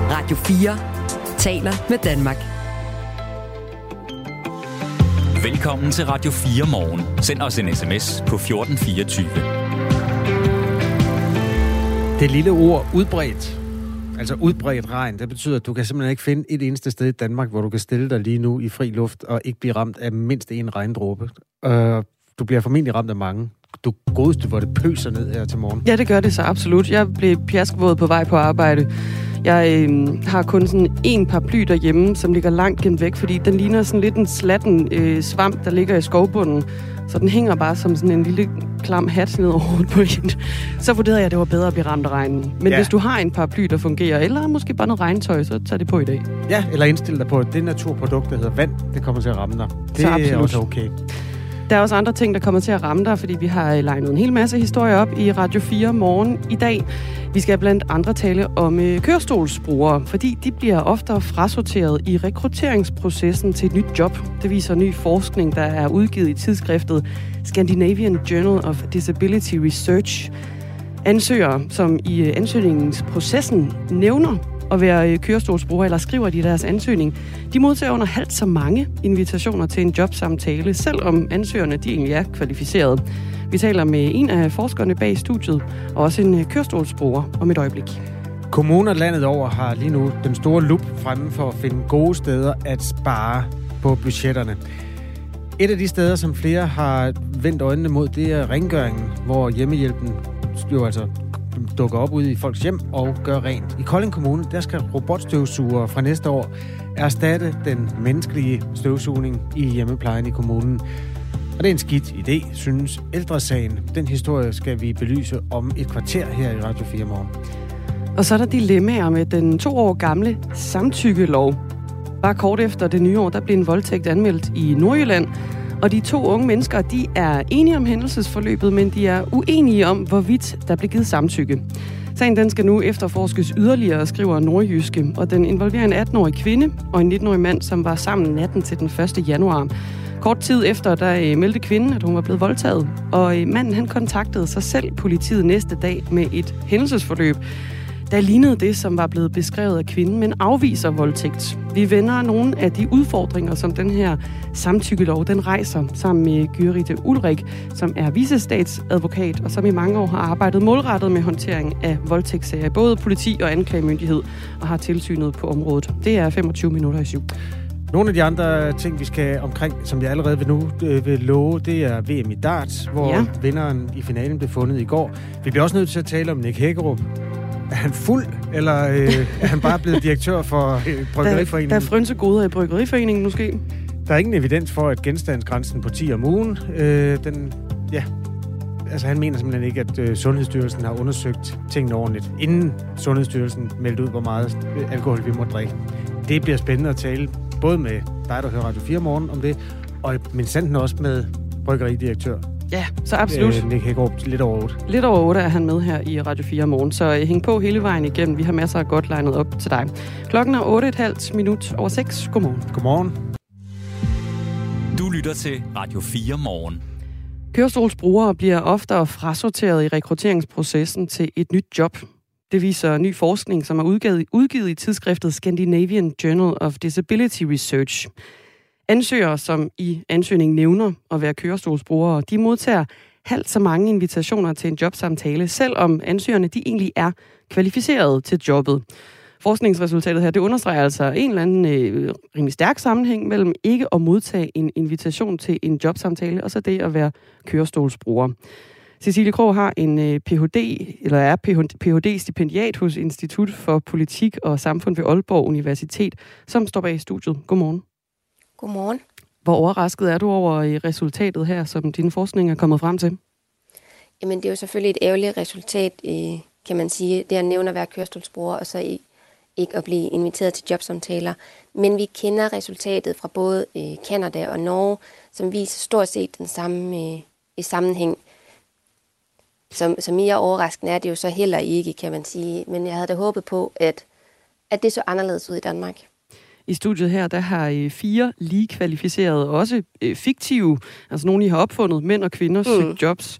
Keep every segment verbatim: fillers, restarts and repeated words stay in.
Radio fire taler med Danmark. Velkommen til Radio fire Morgen. Send os en sms på fjorten fireogtyve. Det lille ord udbredt, altså udbredt regn, det betyder, at du kan simpelthen ikke finde et eneste sted i Danmark, hvor du kan stille dig lige nu i fri luft og ikke blive ramt af mindst en regndråbe. Uh, du bliver formentlig ramt af mange. Du godeste, hvor det pøser ned her til morgen. Ja, det gør det så absolut. Jeg blev pjaskvåd på vej på arbejde. Jeg øh, har kun sådan en paraply derhjemme, som ligger langt gemt væk, fordi den ligner sådan lidt en slatten øh, svamp, der ligger i skovbunden. Så den hænger bare som sådan en lille klam hat ned over hovedet på en. Så vurderede jeg, at det var bedre at blive ramt af regnen. Men ja. Hvis du har en paraply, der fungerer, eller måske bare noget regntøj, så tag det på i dag. Ja, eller indstil dig på, at det naturprodukt, der hedder vand, det kommer til at ramme dig. Det er også okay. Der er også andre ting, der kommer til at ramme dig, fordi vi har legnet en hel masse historier op i Radio fire Morgen i dag. Vi skal blandt andre tale om øh, kørestolsbrugere, fordi de bliver oftere frasorteret i rekrutteringsprocessen til et nyt job. Det viser ny forskning, der er udgivet i tidsskriftet Scandinavian Journal of Disability Research. Ansøgere, som i øh, ansøgningsprocessen nævner at være kørestolsbrugere, eller skriver de deres ansøgning, de modtager under halvt så mange invitationer til en jobsamtale, selvom ansøgerne de egentlig er kvalificerede. Vi taler med en af forskerne bag studiet, og også en kørestolsbruger om et øjeblik. Kommuner landet over har lige nu den store lup fremme for at finde gode steder at spare på budgetterne. Et af de steder, som flere har vendt øjnene mod, det er rengøringen, hvor hjemmehjælpen jo altså dukker op ude i folks hjem og gør rent. I Kolding Kommune, der skal robotstøvsugere fra næste år erstatte den menneskelige støvsugning i hjemmeplejen i kommunen. Og det er en skidt idé, synes Ældresagen. Den historie skal vi belyse om et kvarter her i Radio fire Morgen. Og så er der dilemmaer med den to år gamle samtykkelov. Bare kort efter det nye år, der blev en voldtægt anmeldt i Nordjylland. Og de to unge mennesker, de er enige om hændelsesforløbet, men de er uenige om, hvorvidt der blev givet samtykke. Sagen den skal nu efterforskes yderligere, skriver Nordjyske, og den involverer en atten-årig kvinde og en nitten-årig mand, som var sammen natten til den første januar. Kort tid efter, der meldte kvinden, at hun var blevet voldtaget, og manden han kontaktede sig selv politiet næste dag med et hændelsesforløb, der lignede det, som var blevet beskrevet af kvinden, men afviser voldtægt. Vi vender nogle af de udfordringer, som den her samtykkelov den rejser, sammen med Gyrite Ulrik, som er vicestatsadvokat, og som i mange år har arbejdet målrettet med håndtering af voldtægtssager i både politi og anklagemyndighed, og har tilsynet på området. Det er femogtyve minutter i syv. Nogle af de andre ting, vi skal omkring, som jeg allerede vil nu øh, vil love, det er V M i darts, hvor ja. vinderen i finalen blev fundet i går. Vi bliver også nødt til at tale om Nick Hækkerup. Er han fuld, eller øh, er han bare blevet direktør for øh, Bryggeriforeningen? Der, der er frynsegoder i Bryggeriforeningen måske. Der er ingen evidens for, at genstandsgrænsen på ti om ugen, øh, den, ja, altså han mener simpelthen ikke, at øh, Sundhedsstyrelsen har undersøgt tingene ordentligt, inden Sundhedsstyrelsen meldte ud, hvor meget øh, alkohol vi må drikke. Det bliver spændende at tale, både med dig, der hører Radio fire Morgen om det, og min sanden også med bryggeridirektør. Ja, så absolut. Øh, Nick Hækkerup, lidt over otte. Lidt over otte er han med her i Radio fire Morgen, så øh, hæng på hele vejen igennem. Vi har masser af godt legnet op til dig. Klokken er otte komma fem minut over seks. Godmorgen. Godmorgen. Du lytter til Radio fire Morgen. Kørestolsbrugere bliver oftere frasorteret i rekrutteringsprocessen til et nyt job. Det viser ny forskning, som er udgivet, udgivet i tidsskriftet Scandinavian Journal of Disability Research. Ansøgere, som i ansøgningen nævner at være kørestolsbrugere, de modtager halvt så mange invitationer til en jobsamtale, selvom ansøgerne de egentlig er kvalificerede til jobbet. Forskningsresultatet her, det understreger altså en eller anden øh, rimelig stærk sammenhæng mellem ikke at modtage en invitation til en jobsamtale, og så det at være kørestolsbruger. Cecilie Krog har en øh, P H D, eller er P H D-stipendiat hos Institut for Politik og Samfund ved Aalborg Universitet, som står bag studiet. Godmorgen. Godmorgen. Hvor overrasket er du over resultatet her, som din forskning er kommet frem til? Jamen, det er jo selvfølgelig et ærgerligt resultat, kan man sige. Det at nævne at være kørestolsbruger, og så ikke at blive inviteret til jobsamtaler. Men vi kender resultatet fra både Canada og Norge, som viser stort set den samme sammenhæng. Som, som mere overraskende er det jo så heller ikke, kan man sige. Men jeg havde da håbet på, at, at det så anderledes ud i Danmark. I studiet her, der har fire lige kvalificerede, også fiktive, altså nogle, I har opfundet, mænd og kvinder, søgt mm. jobs.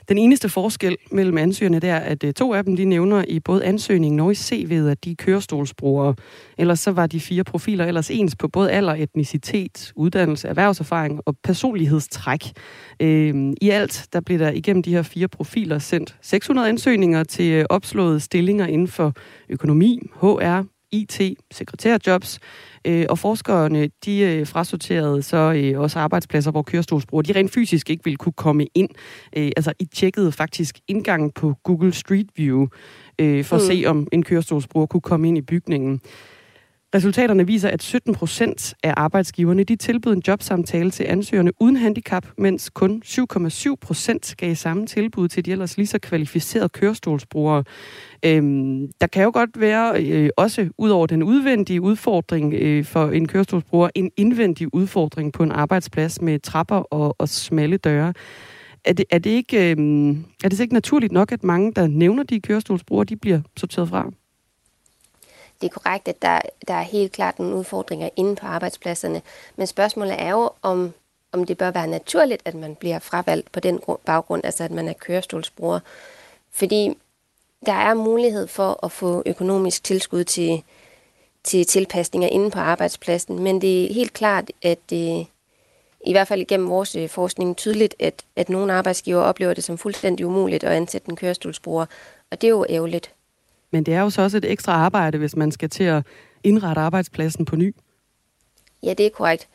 Den eneste forskel mellem ansøgerne, det er, at to af dem, de nævner i både ansøgningen og i C V'et, at de er kørestolsbrugere. Ellers så var de fire profiler ellers ens på både alder, etnicitet, uddannelse, erhvervserfaring og personlighedstræk. Øh, I alt, der blev der igennem de her fire profiler sendt seks hundrede ansøgninger til opslåede stillinger inden for økonomi, H R, I T, sekretærjobs, øh, og forskerne, de øh, frasorterede så øh, også arbejdspladser, hvor kørestolsbrugere, de rent fysisk ikke ville kunne komme ind. Øh, altså, I tjekkede faktisk indgangen på Google Street View, øh, for mm. at se, om en kørestolsbruger kunne komme ind i bygningen. Resultaterne viser, at sytten procent af arbejdsgiverne, de tilbød en jobsamtale til ansøgerne uden handicap, mens kun syv komma syv procent gav samme tilbud til de ellers lige så kvalificerede kørestolsbrugere. Øhm, der kan jo godt være, øh, også ud over den udvendige udfordring øh, for en kørestolsbruger, en indvendig udfordring på en arbejdsplads med trapper og, og smalle døre. Er det, er, det ikke, øh, er det ikke naturligt nok, at mange, der nævner de kørestolsbrugere, de bliver sorteret fra? Det er korrekt, at der, der er helt klart nogle udfordringer inde på arbejdspladserne, men spørgsmålet er jo, om, om det bør være naturligt, at man bliver fravalgt på den baggrund, altså at man er kørestolsbruger. Fordi der er mulighed for at få økonomisk tilskud til, til tilpasninger inde på arbejdspladsen, men det er helt klart, at det, i hvert fald igennem vores forskning tydeligt, at, at nogle arbejdsgiver oplever det som fuldstændig umuligt at ansætte en kørestolsbruger, og det er jo ærgerligt. Men det er jo så også et ekstra arbejde, hvis man skal til at indrette arbejdspladsen på ny. Ja, det er korrekt.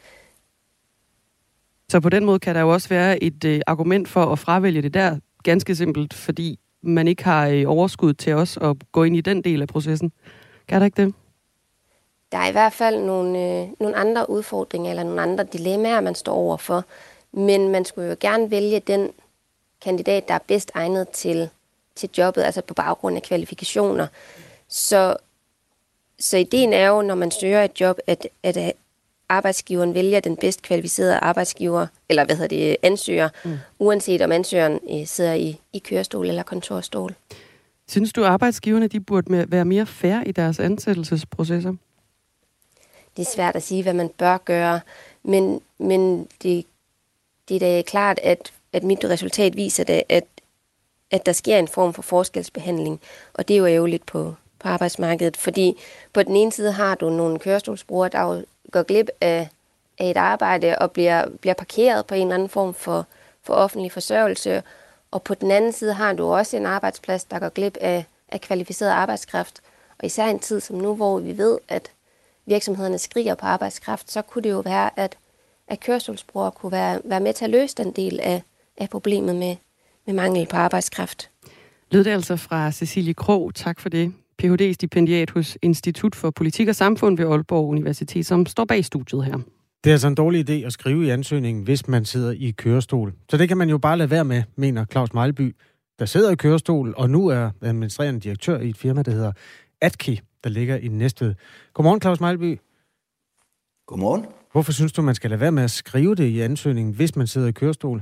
Så på den måde kan der jo også være et øh, argument for at fravælge det der, ganske simpelt, fordi man ikke har øh, overskud til os at gå ind i den del af processen. Kan der ikke det? Der er i hvert fald nogle, øh, nogle andre udfordringer eller nogle andre dilemmaer, man står overfor. Men man skulle jo gerne vælge den kandidat, der er bedst egnet til til jobbet, altså på baggrund af kvalifikationer. Så, så ideen er jo, når man søger et job, at, at arbejdsgiveren vælger den bedst kvalificerede arbejdsgiver, eller hvad hedder det, ansøger, mm. uanset om ansøgeren øh, sidder i, i kørestol eller kontorstol. Synes du, at arbejdsgiverne de burde være mere fair i deres ansættelsesprocesser? Det er svært at sige, hvad man bør gøre, men, men det, det er da klart, at, at mit resultat viser det, at at der sker en form for forskelsbehandling, og det er jo ærgerligt på, på arbejdsmarkedet, fordi på den ene side har du nogle kørestolsbrugere, der jo går glip af, af et arbejde og bliver, bliver parkeret på en eller anden form for, for offentlig forsørgelse, og på den anden side har du også en arbejdsplads, der går glip af, af kvalificeret arbejdskraft, og især i en tid som nu, hvor vi ved, at virksomhederne skriger på arbejdskraft, så kunne det jo være, at, at kørestolsbrugere kunne være, være med til at løse den del af, af problemet med med mangel på arbejdskraft. Lød det altså fra Cecilie Krog. Tak for det. P H D-stipendiat hos Institut for Politik og Samfund ved Aalborg Universitet, som står bag studiet her. Det er altså en dårlig idé at skrive i ansøgningen, hvis man sidder i kørestol. Så det kan man jo bare lade være med, mener Claus Meilby, der sidder i kørestol, og nu er administrerende direktør i et firma, der hedder Atki, der ligger i Næstved. Godmorgen, Claus Meilby. Godmorgen. Hvorfor synes du, man skal lade være med at skrive det i ansøgningen, hvis man sidder i kørestol?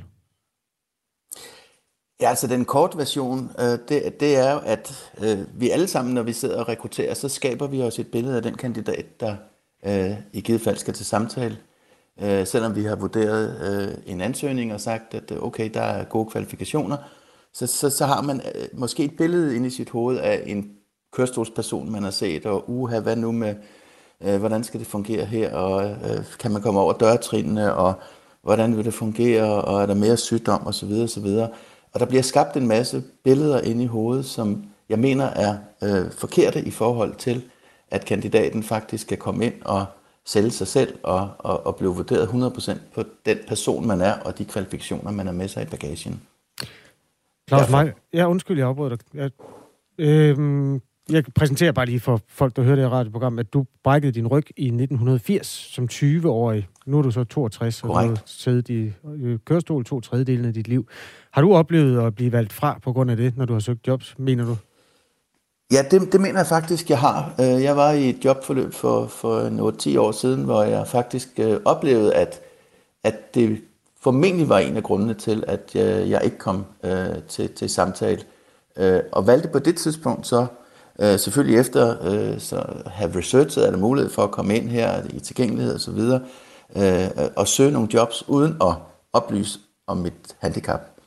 Ja, altså den korte version, øh, det, det er jo, at øh, vi alle sammen, når vi sidder og rekrutterer, så skaber vi os et billede af den kandidat, der øh, i givet fald skal til samtale. Øh, selvom vi har vurderet øh, en ansøgning og sagt, at okay, der er gode kvalifikationer, så, så, så har man øh, måske et billede inde i sit hoved af en kørestolsperson, man har set, og uha, hvad nu med, øh, hvordan skal det fungere her, og øh, kan man komme over dørtrinene, og hvordan vil det fungere, og er der mere sygdom, osv. osv. Og der bliver skabt en masse billeder inde i hovedet, som jeg mener er øh, forkerte i forhold til, at kandidaten faktisk skal komme ind og sælge sig selv og, og, og blive vurderet hundrede procent på den person, man er, og de kvalifikationer, man har med sig i bagagen. Claus Meilby, ja, undskyld, jeg afbryder dig. Jeg, øh, jeg præsenterer bare lige for folk, der hører det her radioprogram, at du brækkede din ryg i nitten firs som tyve-årig. Nu er du så toogtres, og du har siddet i kørestol to tredjedelen af dit liv. Har du oplevet at blive valgt fra på grund af det, når du har søgt jobs, mener du? Ja, det, det mener jeg faktisk, jeg har. Jeg var i et jobforløb for, for otte til ti år siden, hvor jeg faktisk oplevede, at, at det formentlig var en af grundene til, at jeg, jeg ikke kom øh, til, til samtale. Øh, og valgte på det tidspunkt så, øh, selvfølgelig efter øh, så have researchet, er der mulighed for at komme ind her i tilgængelighed og så videre, øh, og søge nogle jobs uden at oplyse om mit handicap.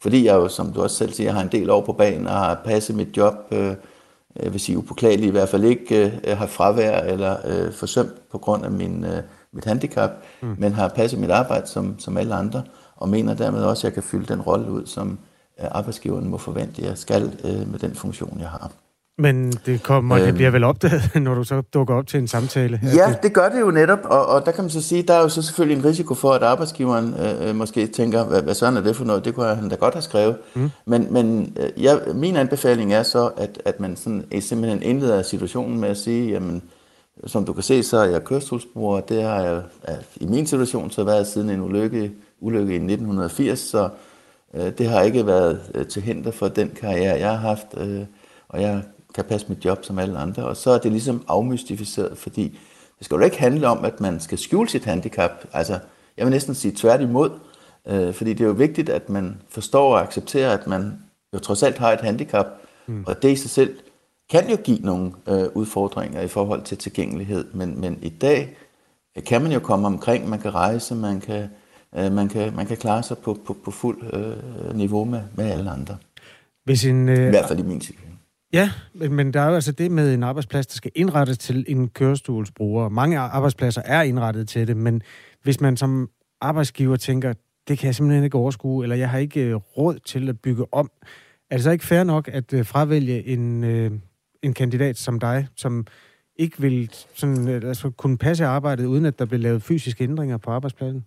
fordi jeg jo, som du også selv siger, har en del år på banen og har passet mit job, øh, jeg vil sige upåklageligt, i hvert fald ikke øh, har fravær eller øh, forsømt på grund af min, øh, mit handicap, mm. men har passet mit arbejde som, som alle andre, og mener dermed også, at jeg kan fylde den rolle ud, som øh, arbejdsgiveren må forvente, at jeg skal øh, med den funktion, jeg har. Men det, kommer, det bliver vel opdaget, når du så dukker op til en samtale? Ja, det gør det jo netop, og, og der kan man så sige, der er jo så selvfølgelig en risiko for, at arbejdsgiveren øh, måske tænker, hvad, hvad sådan er det for noget, det kunne han da godt have skrevet. Mm. Men, men øh, ja, min anbefaling er så, at, at man sådan, simpelthen indleder situationen med at sige, jamen, som du kan se, så er jeg kørestolsbruger, det har jeg i min situation så været siden en ulykke, ulykke i nitten firs, så øh, det har ikke været øh, til hinder for den karriere, jeg har haft, øh, og jeg kan passe mit job som alle andre, og så er det ligesom afmystificeret, fordi det skal jo ikke handle om, at man skal skjule sit handicap. Altså, jeg vil næsten sige tværtimod, øh, fordi det er jo vigtigt, at man forstår og accepterer, at man jo trods alt har et handicap, mm. og det i sig selv kan jo give nogle øh, udfordringer i forhold til tilgængelighed, men, men i dag kan man jo komme omkring, man kan rejse, man kan, øh, man kan, man kan klare sig på, på, på fuld øh, niveau med, med alle andre. Hvis en, øh... I hvert fald i min situation. Ja, men der er jo altså det med en arbejdsplads, der skal indrettes til en kørestolsbruger. Mange arbejdspladser er indrettet til det, men hvis man som arbejdsgiver tænker, det kan jeg simpelthen ikke overskue, eller jeg har ikke råd til at bygge om, er det så ikke fair nok at fravælge en, en kandidat som dig, som ikke vil sådan, altså, kunne passe arbejdet, uden at der bliver lavet fysiske ændringer på arbejdspladsen?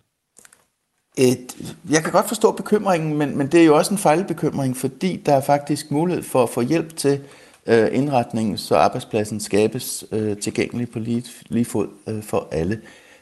Et, jeg kan godt forstå bekymringen, men, men det er jo også en fejlbekymring, fordi der er faktisk mulighed for at få hjælp til øh, indretningen, så arbejdspladsen skabes øh, tilgængelig på lige, lige fod øh, for alle.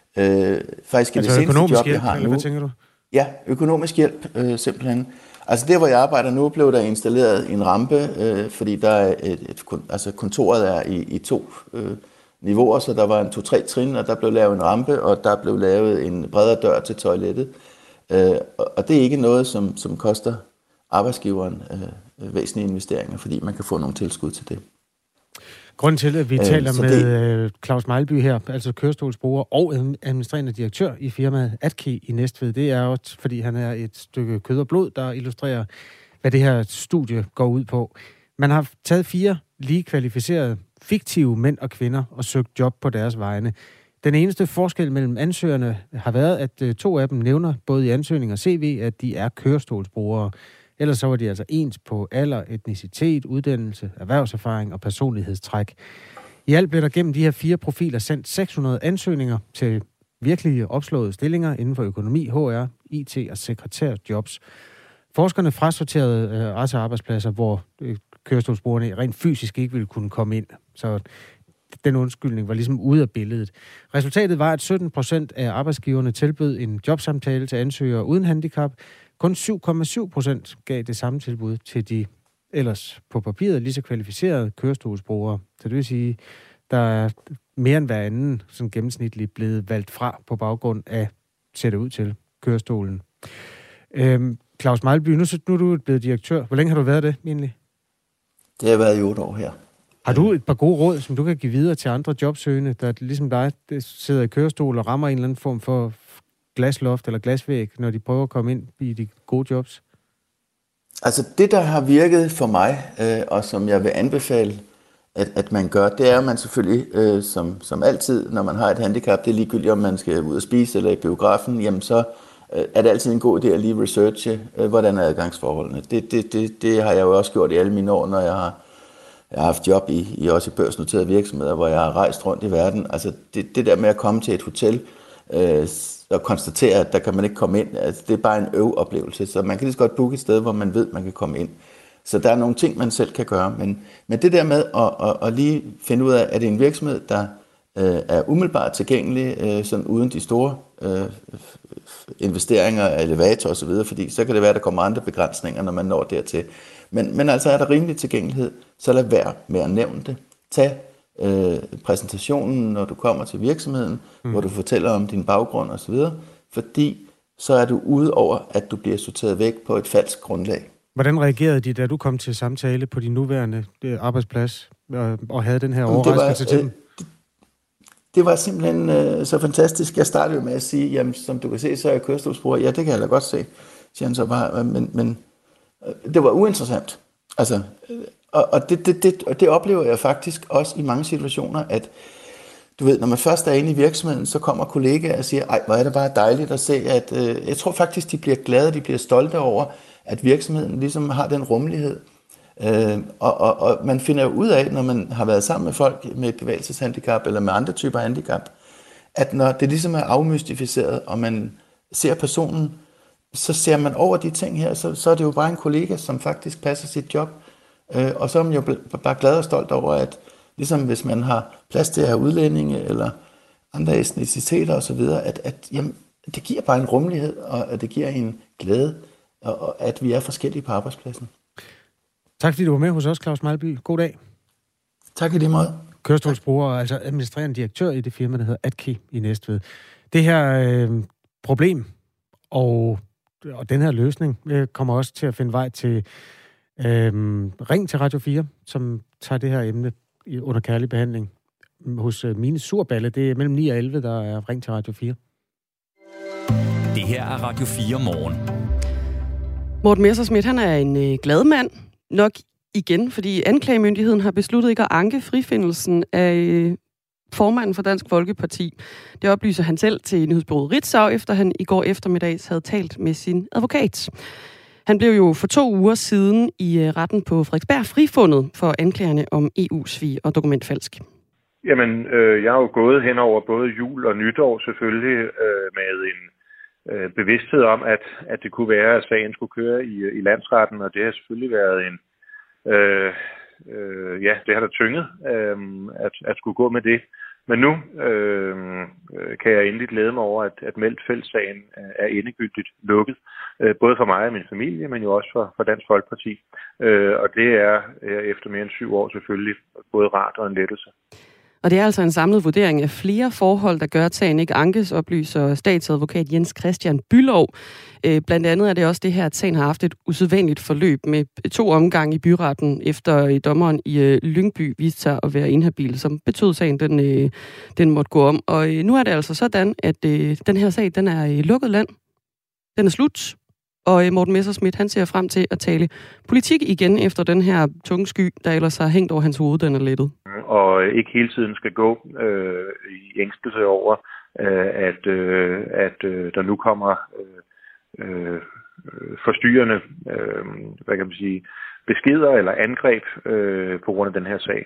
Øh, faktisk altså det økonomisk job, hjælp, jeg har eller nu, hvad tænker du? Ja, økonomisk hjælp øh, simpelthen. Altså der, hvor jeg arbejder nu, blev der installeret en rampe, øh, fordi der er et, et, altså kontoret er i, i to øh, niveauer, så der var en to-tre trin, og der blev lavet en rampe, og der blev lavet en bredere dør til toilettet. Øh, og det er ikke noget, som, som koster arbejdsgiveren øh, væsentlige investeringer, fordi man kan få nogle tilskud til det. Grunden til, at vi øh, taler med det... Claus Meilby her, altså kørestolsbruger og administrerende direktør i firmaet Atke i Næstved, det er også, fordi han er et stykke kød og blod, der illustrerer, hvad det her studie går ud på. Man har taget fire lige kvalificerede, fiktive mænd og kvinder og søgt job på deres vegne. Den eneste forskel mellem ansøgerne har været, at to af dem nævner både i ansøgning og C V, at de er kørestolsbrugere. Ellers så var de altså ens på alder, etnicitet, uddannelse, erhvervserfaring og personlighedstræk. I alt blev der gennem de her fire profiler sendt seks hundrede ansøgninger til virkelige opslåede stillinger inden for økonomi, H R, I T og sekretærjobs. Forskerne frasorterede øh, også arbejdspladser, hvor øh, kørestolsbrugerne rent fysisk ikke ville kunne komme ind. Så den undskyldning var ligesom ude af billedet. Resultatet var, at sytten procent af arbejdsgiverne tilbød en jobsamtale til ansøgere uden handicap. Kun syv komma syv procent gav det samme tilbud til de ellers på papiret lige så kvalificerede kørestolsbrugere. Så det vil sige, der er mere end hver anden sådan gennemsnitligt blevet valgt fra på baggrund af, ser det ud til, kørestolen. Øhm, Claus Meilby, nu, nu er du blevet direktør. Hvor længe har du været det egentlig? Det har været i otte år her. Har du et par gode råd, som du kan give videre til andre jobsøgende, der ligesom dig sidder i kørestol og rammer en eller anden form for glasloft eller glasvæg, når de prøver at komme ind i de gode jobs? Altså det, der har virket for mig, øh, og som jeg vil anbefale, at, at man gør, det er, at man selvfølgelig, øh, som, som altid, når man har et handicap, det er ligegyldigt, om man skal ud og spise eller i biografen, jamen så øh, er det altid en god idé at lige researche, øh, hvordan er adgangsforholdene. Det, det, det, det har jeg jo også gjort i alle mine år, når jeg har Jeg har haft job i, i også i børsnoterede virksomheder, hvor jeg har rejst rundt i verden. Altså det, det der med at komme til et hotel øh, og konstatere, at der kan man ikke komme ind, altså, det er bare en øveoplevelse. Så man kan lige så godt booke et sted, hvor man ved, man kan komme ind. Så der er nogle ting, man selv kan gøre. Men, men det der med at, at, at lige finde ud af, at det er en virksomhed, der øh, er umiddelbart tilgængelig, øh, sådan uden de store øh, investeringer af elevator osv., fordi så kan det være, at der kommer andre begrænsninger, når man når dertil. Men, men altså er der rimelig tilgængelighed, så lad være med at nævne det. Tag øh, præsentationen, når du kommer til virksomheden, mm. hvor du fortæller om din baggrund osv., fordi så er du ude over, at du bliver sorteret væk på et falsk grundlag. Hvordan reagerede de, da du kom til samtale på din nuværende arbejdsplads og, og havde den her overraskelse til dem? Øh, det, det var simpelthen øh, så fantastisk. Jeg startede jo med at sige, jamen som du kan se, så er jeg kørestolsbruger. Ja, det kan jeg da godt se, siger han så bare, men... men det var uinteressant. Altså, og, og, det, det, det, og det oplever jeg faktisk også i mange situationer, at du ved, når man først er inde i virksomheden, så kommer kollegaer og siger, ej, hvor er det bare dejligt at se, at øh, jeg tror faktisk, de bliver glade, de bliver stolte over, at virksomheden ligesom har den rummelighed. Øh, og, og, og man finder jo ud af, når man har været sammen med folk med et bevægelseshandicap eller med andre typer handicap, at når det ligesom er afmystificeret, og man ser personen, så ser man over de ting her, så, så er det jo bare en kollega, som faktisk passer sit job. Øh, og så er man jo bare glad og stolt over, at ligesom hvis man har plads til at have udlændinge eller andre etniciteter osv., at, at jamen, det giver bare en rummelighed, og at det giver en glæde, og, og at vi er forskellige på arbejdspladsen. Tak fordi du var med hos os, Claus Meilby. God dag. Tak i lige måde. Kørestolsbruger, altså administrerende direktør i det firma, der hedder Atki i Næstved. Det her øh, problem og, og den her løsning øh, kommer også til at finde vej til øh, Ring til Radio fire, som tager det her emne under kærlig behandling hos øh, Mine Surballe. Det er mellem ni og elleve, der er Ring til Radio fire. Det her er Radio fire morgen. Morten Messerschmidt, han er en øh, glad mand. Nok igen, fordi anklagemyndigheden har besluttet ikke at anke frifindelsen af øh, formanden for Dansk Folkeparti. Det oplyser han selv til nyhedsbureauet Ritzau, efter han i går eftermiddags havde talt med sin advokat. Han blev jo for to uger siden i øh, retten på Frederiksberg frifundet for anklagerne om E U-svig og dokumentfalsk. Jamen, øh, jeg er jo gået hen over både jul og nytår selvfølgelig øh, med en øh, bevidsthed om, at, at det kunne være, at sagen skulle køre i, i landsretten, og det har selvfølgelig været en Øh, øh, ja, det har der tynget, øh, at, at skulle gå med det. Men nu øh, kan jeg endelig glæde mig over, at, at Meldt-Felt-sagen er endegyldigt lukket. Øh, både for mig og min familie, men jo også for, for Dansk Folkeparti. Øh, og det er efter mere end syv år selvfølgelig både rart og en lettelse. Og det er altså en samlet vurdering af flere forhold, der gør, at sagen ikke ankes, oplyser statsadvokat Jens Christian Bülow. Øh, blandt andet er det også det her, at sagen har haft et usædvanligt forløb med to omgange i byretten, efter dommeren i øh, Lyngby viste sig at være inhabil, som betød sagen, den, øh, den måtte gå om. Og øh, nu er det altså sådan, at øh, den her sag, den er i lukket land. Den er slut. Og øh, Morten Messerschmidt, han ser frem til at tale politik igen efter den her tunge sky, der ellers har hængt over hans hoved, den er lettet. Og ikke hele tiden skal gå øh, i ængstelse over, øh, at, øh, at øh, der nu kommer øh, forstyrrende øh, hvad kan man sige, beskeder eller angreb øh, på grund af den her sag.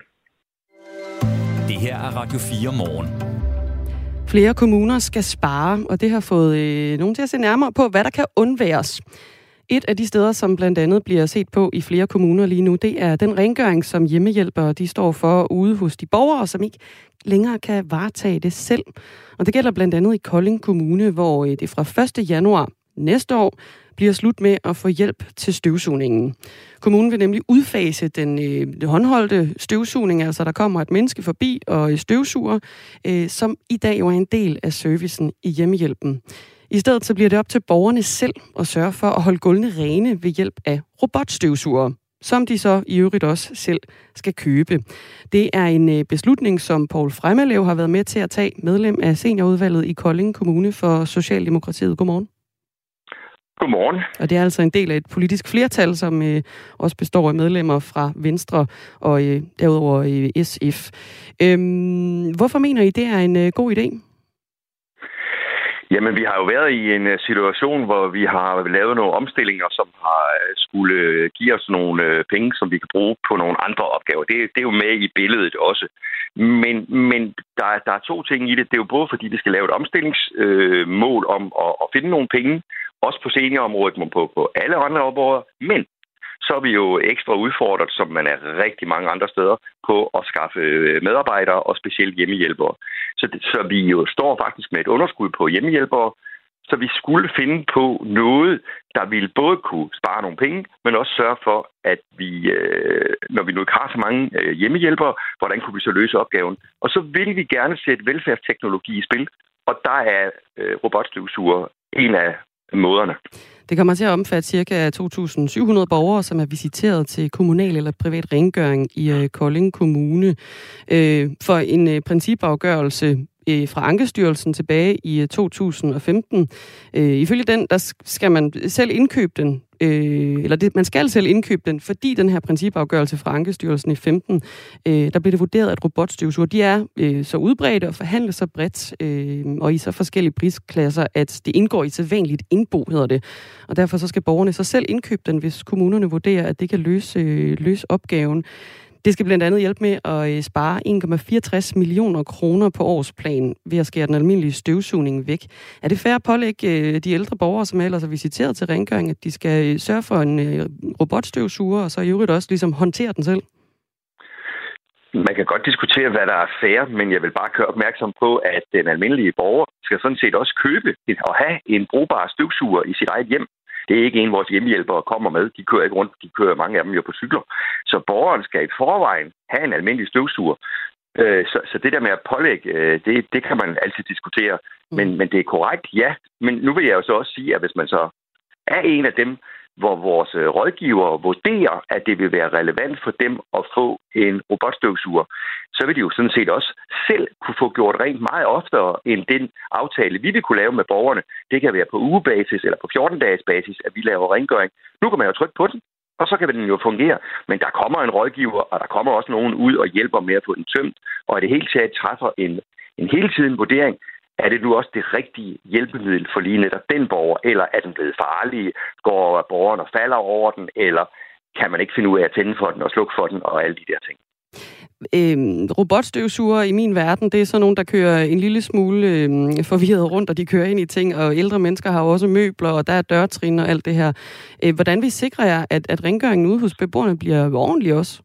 Det her er Radio fire morgen. Flere kommuner skal spare, og det har fået øh, nogen til at se nærmere på, hvad der kan undværes. Et af de steder, som blandt andet bliver set på i flere kommuner lige nu, det er den rengøring, som hjemmehjælpere de står for ude hos de borgere, som ikke længere kan varetage det selv. Og det gælder blandt andet i Kolding Kommune, hvor det fra første januar næste år bliver slut med at få hjælp til støvsugningen. Kommunen vil nemlig udfase den øh, håndholdte støvsugning, altså der kommer et menneske forbi og støvsuger, øh, som i dag jo er en del af servicen i hjemmehjælpen. I stedet så bliver det op til borgerne selv at sørge for at holde gulvene rene ved hjælp af robotstøvsugere, som de så i øvrigt også selv skal købe. Det er en beslutning, som Poul Fremmelev har været med til at tage, medlem af seniorudvalget i Kolding Kommune for Socialdemokratiet. Godmorgen. Godmorgen. Og det er altså en del af et politisk flertal, som øh, også består af medlemmer fra Venstre og øh, derudover øh, S F. Øhm, hvorfor mener I, det er en øh, god idé? Jamen, vi har jo været i en situation, hvor vi har lavet nogle omstillinger, som har skulle give os nogle penge, som vi kan bruge på nogle andre opgaver. Det, det er jo med i billedet også. Men, men der, der er to ting i det. Det er jo både fordi, vi skal lave et omstillingsmål øh, om at, at finde nogle penge, også på seniorområdet, men på, på alle andre områder. Men så er vi jo ekstra udfordret, som man er rigtig mange andre steder, på at skaffe medarbejdere og specielt hjemmehjælpere. Så, det, så vi jo står faktisk med et underskud på hjemmehjælpere, så vi skulle finde på noget, der ville både kunne spare nogle penge, men også sørge for, at vi, øh, når vi nu ikke har så mange øh, hjemmehjælpere, hvordan kunne vi så løse opgaven? Og så vil vi gerne sætte velfærdsteknologi i spil, og der er øh, robotstøvsuger en af måderne. Det kommer til at omfatte ca. to tusind syv hundrede borgere, som er visiteret til kommunal eller privat rengøring i øh, Kolding Kommune. Øh, for en øh, principafgørelse øh, fra Ankestyrelsen tilbage i øh, to tusind og femten. Øh, ifølge den, der skal man selv indkøbe den, øh, eller det, man skal selv indkøbe den, fordi den her principafgørelse fra Ankestyrelsen i femten, øh, der blev det vurderet, at robotstøvsuger, de er øh, så udbredte og forhandles så bredt, øh, og i så forskellige prisklasser, at det indgår i sædvanligt indbo, hedder det. Og derfor så skal borgerne så selv indkøbe den, hvis kommunerne vurderer, at det kan løse, øh, løse opgaven. Det skal blandt andet hjælpe med at spare en komma fireogtres millioner kroner på årsplan ved at skære den almindelige støvsugning væk. Er det fair at pålægge de ældre borgere, som ellers er visiteret til rengøring, at de skal sørge for en robotstøvsuger, og så i øvrigt også ligesom håndtere den selv? Man kan godt diskutere, hvad der er fair, men jeg vil bare gøre opmærksom på, at den almindelige borger skal sådan set også købe og have en brugbar støvsuger i sit eget hjem. Det er ikke en, vores hjemmehjælpere kommer med. De kører ikke rundt. De kører mange af dem jo på cykler. Så borgeren skal i forvejen have en almindelig støvsuger. Så, så det der med at pålægge, det, det kan man altid diskutere. Men, men det er korrekt, ja. Men nu vil jeg jo så også sige, at hvis man så er en af dem, hvor vores rådgivere vurderer, at det vil være relevant for dem at få en robotstøvsuger, så vil de jo sådan set også selv kunne få gjort rent meget oftere end den aftale, vi vil kunne lave med borgerne. Det kan være på ugebasis eller på fjorten-dages basis, at vi laver rengøring. Nu kan man jo trykke på den, og så kan den jo fungere. Men der kommer en rådgiver, og der kommer også nogen ud og hjælper med at få den tømt, og i det hele taget træffer en, en hele tiden vurdering. Er det nu også det rigtige hjælpemiddel for lige netop den borger, eller er den blevet farlig, går borgeren og falder over den, eller kan man ikke finde ud af at tænde for den og slukke for den, og alle de der ting. Øhm, robotstøvsuger i min verden, det er sådan nogen, der kører en lille smule øhm, forvirret rundt, og de kører ind i ting, og ældre mennesker har også møbler, og der er dørtrin og alt det her. Øh, hvordan vi sikrer jer, at, at rengøringen ude hos beboerne bliver ordentlig også?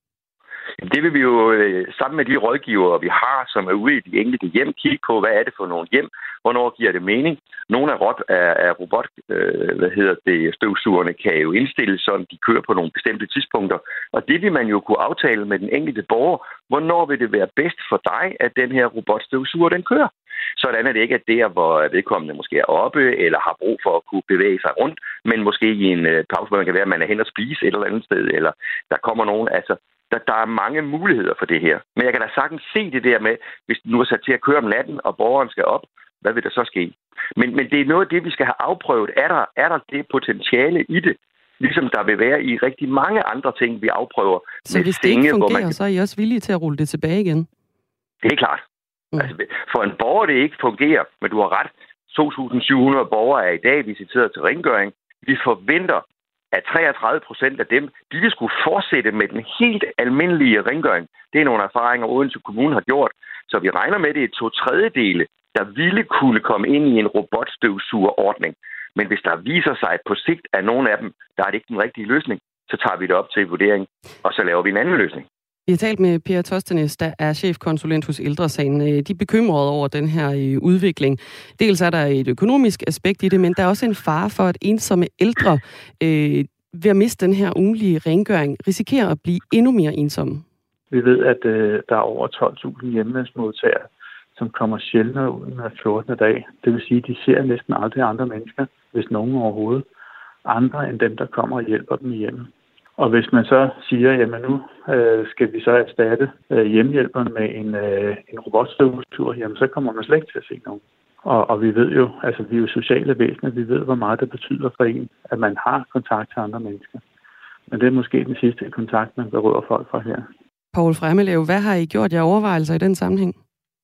Det vil vi jo sammen med de rådgivere, vi har, som er ude i de enkelte hjem, kigge på, hvad er det for nogle hjem, hvornår giver det mening. Nogle af, rot, af, af robot, øh, hvad hedder det, støvsugerne kan jo indstilles, så de kører på nogle bestemte tidspunkter. Og det vil man jo kunne aftale med den enkelte borger, hvornår vil det være bedst for dig, at den her robotstøvsuger, den kører. Sådan er det ikke, at der, hvor vedkommende måske er oppe, eller har brug for at kunne bevæge sig rundt, men måske i en pause, hvor man kan være, at man er hen og spise et eller andet sted, eller der kommer nogen, altså Der, der er mange muligheder for det her. Men jeg kan da sagtens se det der med, hvis du nu er sat til at køre om natten, og borgeren skal op, hvad vil der så ske? Men, men det er noget af det, vi skal have afprøvet. Er der, er der det potentiale i det? Ligesom der vil være i rigtig mange andre ting, vi afprøver. Så hvis det ikke fungerer, man... så er I også villige til at rulle det tilbage igen? Det er klart. Mm. Altså, for en borger, det ikke fungerer, men du har ret. to tusind syv hundrede borgere er i dag visiteret til rengøring. Vi forventer, at treogtredive procent af dem, de vil skulle fortsætte med den helt almindelige rengøring. Det er nogle erfaringer, Odense Kommune har gjort. Så vi regner med, at det er to tredjedele, der ville kunne komme ind i en robotstøvsugerordning. Men hvis der viser sig, at på sigt er nogen af dem, der er det ikke den rigtige løsning, så tager vi det op til vurdering, og så laver vi en anden løsning. Vi har talt med Per Tostenes, der er chefkonsulent hos Ældresagen. De er bekymrede over den her udvikling. Dels er der et økonomisk aspekt i det, men der er også en fare for, at ensomme ældre øh, ved at miste den her ugenlige rengøring risikerer at blive endnu mere ensomme. Vi ved, at øh, der er over tolv tusind hjemmehjælpsmodtagere, som kommer sjældnere ud med fjortende dag. Det vil sige, at de ser næsten aldrig andre mennesker, hvis nogen overhovedet. Andre end dem, der kommer og hjælper dem i hjemmet. Og hvis man så siger, jamen nu øh, skal vi så erstatte øh, hjemmehjælperen med en, øh, en robotstøvsuger, jamen så kommer man slet ikke til at se nogen. Og, og vi ved jo, altså vi er jo sociale væsener, vi ved, hvor meget det betyder for en, at man har kontakt til andre mennesker. Men det er måske den sidste kontakt, man berører folk fra her. Poul Fremmelev, hvad har I gjort jer overvejelser i den sammenhæng?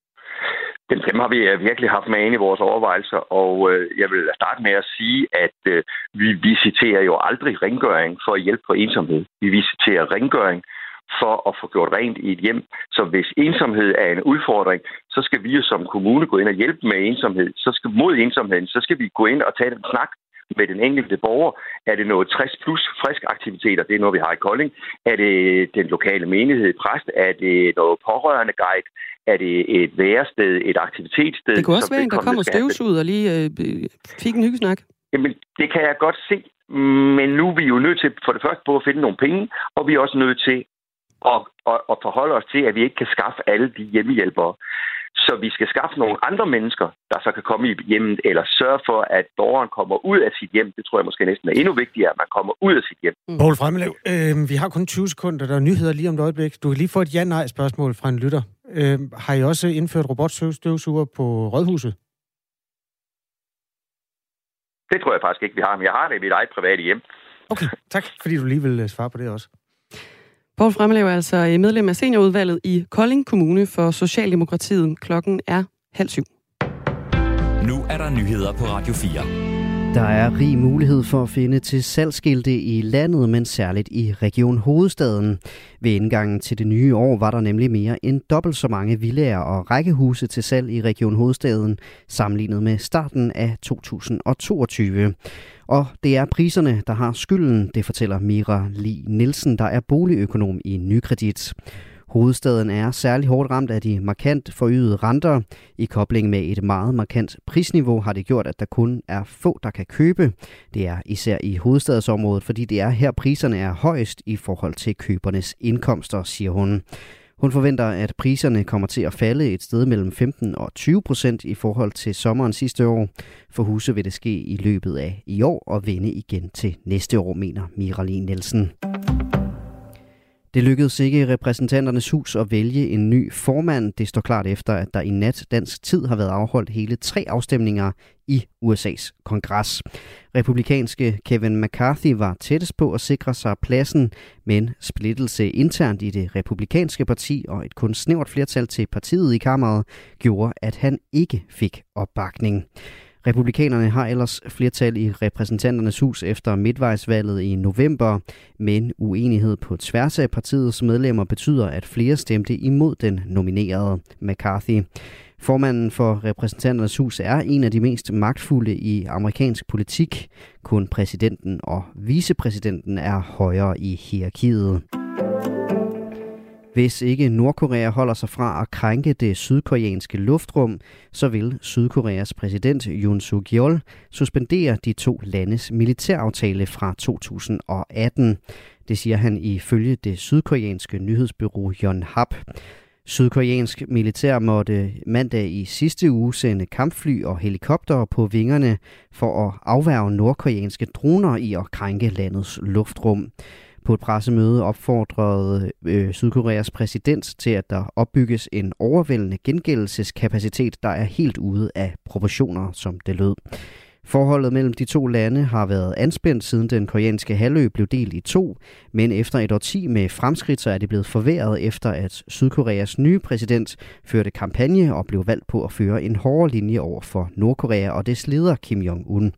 Dem, dem har vi virkelig haft med ind i vores overvejelser, og øh, jeg vil starte med at sige, at øh, vi visiterer jo aldrig rengøring for at hjælpe på ensomhed. Vi visiterer rengøring for at få gjort rent i et hjem. Så hvis ensomhed er en udfordring, så skal vi jo som kommune gå ind og hjælpe med ensomhed. Så skal mod ensomheden, så skal vi gå ind og tage en snak med den enkelte borger. Er det noget tres plus frisk aktiviteter? Det er noget, vi har i Kolding. Er det den lokale menighed, præst? Er det noget pårørende guide? Er det et værested, et aktivitetssted? Det kunne også være en, der kommer støvsud og lige øh, fik en hyggesnak. Jamen, det kan jeg godt se. Men nu er vi jo nødt til for det første på at finde nogle penge, og vi er også nødt til at, at, at forholde os til, at vi ikke kan skaffe alle de hjemmehjælpere. Så vi skal skaffe nogle andre mennesker, der så kan komme i hjemmet, eller sørge for, at borgeren kommer ud af sit hjem. Det tror jeg måske næsten er endnu vigtigere, at man kommer ud af sit hjem. Mm. Poul Fremmelev, øh, vi har kun tyve sekunder, der er nyheder lige om et øjeblik. Du kan lige få et ja-nej-spørgsmål fra en lytter. Øh, har I også indført robotstøvsuger på Rådhuset? Det tror jeg faktisk ikke, vi har, men jeg har det i mit eget private hjem. Okay, tak, fordi du lige vil svare på det også. Poul Fremlev er altså medlem af seniorudvalget i Kolding Kommune for Socialdemokratiet. Klokken er halv syv. Nu er der nyheder på Radio fire. Der er rig mulighed for at finde til salgsskilte i landet, men særligt i Region Hovedstaden. Ved indgangen til det nye år var der nemlig mere end dobbelt så mange villaer og rækkehuse til salg i Region Hovedstaden, sammenlignet med starten af to tusind og toogtyve. Og det er priserne, der har skylden, det fortæller Mira Li Nielsen, der er boligøkonom i Nykredit. Hovedstaden er særlig hårdt ramt af de markant forøgede renter. I kobling med et meget markant prisniveau har det gjort, at der kun er få, der kan købe. Det er især i hovedstadsområdet, fordi det er her priserne er højest i forhold til købernes indkomster, siger hun. Hun forventer, at priserne kommer til at falde et sted mellem femten og tyve procent i forhold til sommeren sidste år. For huse vil det ske i løbet af i år og vende igen til næste år, mener Mira-Line Nielsen. Det lykkedes ikke i Repræsentanternes Hus at vælge en ny formand. Det står klart efter, at der i nat dansk tid har været afholdt hele tre afstemninger i U S A's kongres. Republikanske Kevin McCarthy var tættest på at sikre sig pladsen, men splittelse internt i det republikanske parti og et kun snævert flertal til partiet i kammeret gjorde, at han ikke fik opbakning. Republikanerne har ellers flertal i Repræsentanternes Hus efter midtvejsvalget i november, men uenighed på tværs af partiets medlemmer betyder, at flere stemte imod den nominerede McCarthy. Formanden for Repræsentanternes Hus er en af de mest magtfulde i amerikansk politik. Kun præsidenten og vicepræsidenten er højere i hierarkiet. Hvis ikke Nordkorea holder sig fra at krænke det sydkoreanske luftrum, så vil Sydkoreas præsident Yoon Suk-yeol suspendere de to landes militæraftale fra to tusind og atten. Det siger han ifølge det sydkoreanske nyhedsbureau Yonhap. Sydkoreansk militær måtte mandag i sidste uge sende kampfly og helikoptere på vingerne for at afværge nordkoreanske droner i at krænke landets luftrum. På et pressemøde opfordrede øh, Sydkoreas præsident til, at der opbygges en overvældende gengældelseskapacitet, der er helt ude af proportioner, som det lød. Forholdet mellem de to lande har været anspændt, siden den koreanske halvø blev delt i to, men efter et årti med fremskridt, så er det blevet forværret efter, at Sydkoreas nye præsident førte kampagne og blev valgt på at føre en hårdere linje over for Nordkorea og dets leder Kim Jong-un.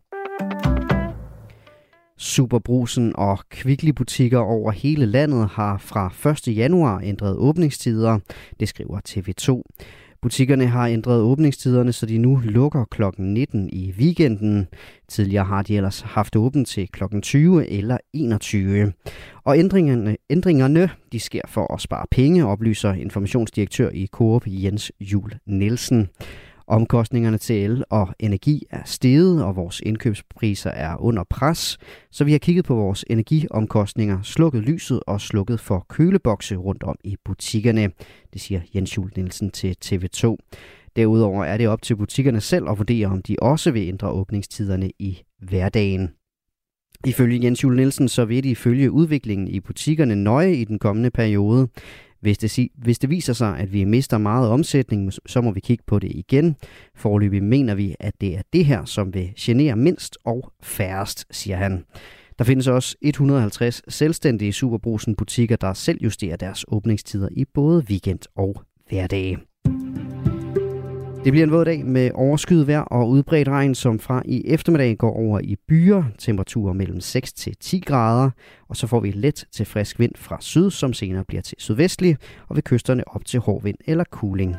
Superbrugsen og Kvickly-butikker over hele landet har fra første januar ændret åbningstider, det skriver T V to. Butikkerne har ændret åbningstiderne, så de nu lukker klokken nitten i weekenden. Tidligere har de ellers haft åbent til klokken tyve eller enogtyve. Og ændringerne, ændringerne de sker for at spare penge, oplyser informationsdirektør i Coop Jens Juel Nielsen. Omkostningerne til el og energi er steget, og vores indkøbspriser er under pres, så vi har kigget på vores energiomkostninger, slukket lyset og slukket for kølebokse rundt om i butikkerne, det siger Jens Juel Nielsen til T V to. Derudover er det op til butikkerne selv at vurdere, om de også vil ændre åbningstiderne i hverdagen. Ifølge Jens Juel Nielsen så vil de følge udviklingen i butikkerne nøje i den kommende periode. Hvis det, hvis det viser sig, at vi mister meget omsætning, så må vi kigge på det igen. Foreløbig mener vi, at det er det her, som vil genere mindst og færrest, siger han. Der findes også et hundrede og halvtreds selvstændige Superbrugsen butikker, der selv justerer deres åbningstider i både weekend og hverdage. Det bliver en våd dag med overskyet vejr og udbredt regn, som fra i eftermiddag går over i byer. Temperaturer mellem seks til ti grader, og så får vi let til frisk vind fra syd, som senere bliver til sydvestlig, og ved kysterne op til hård vind eller kuling.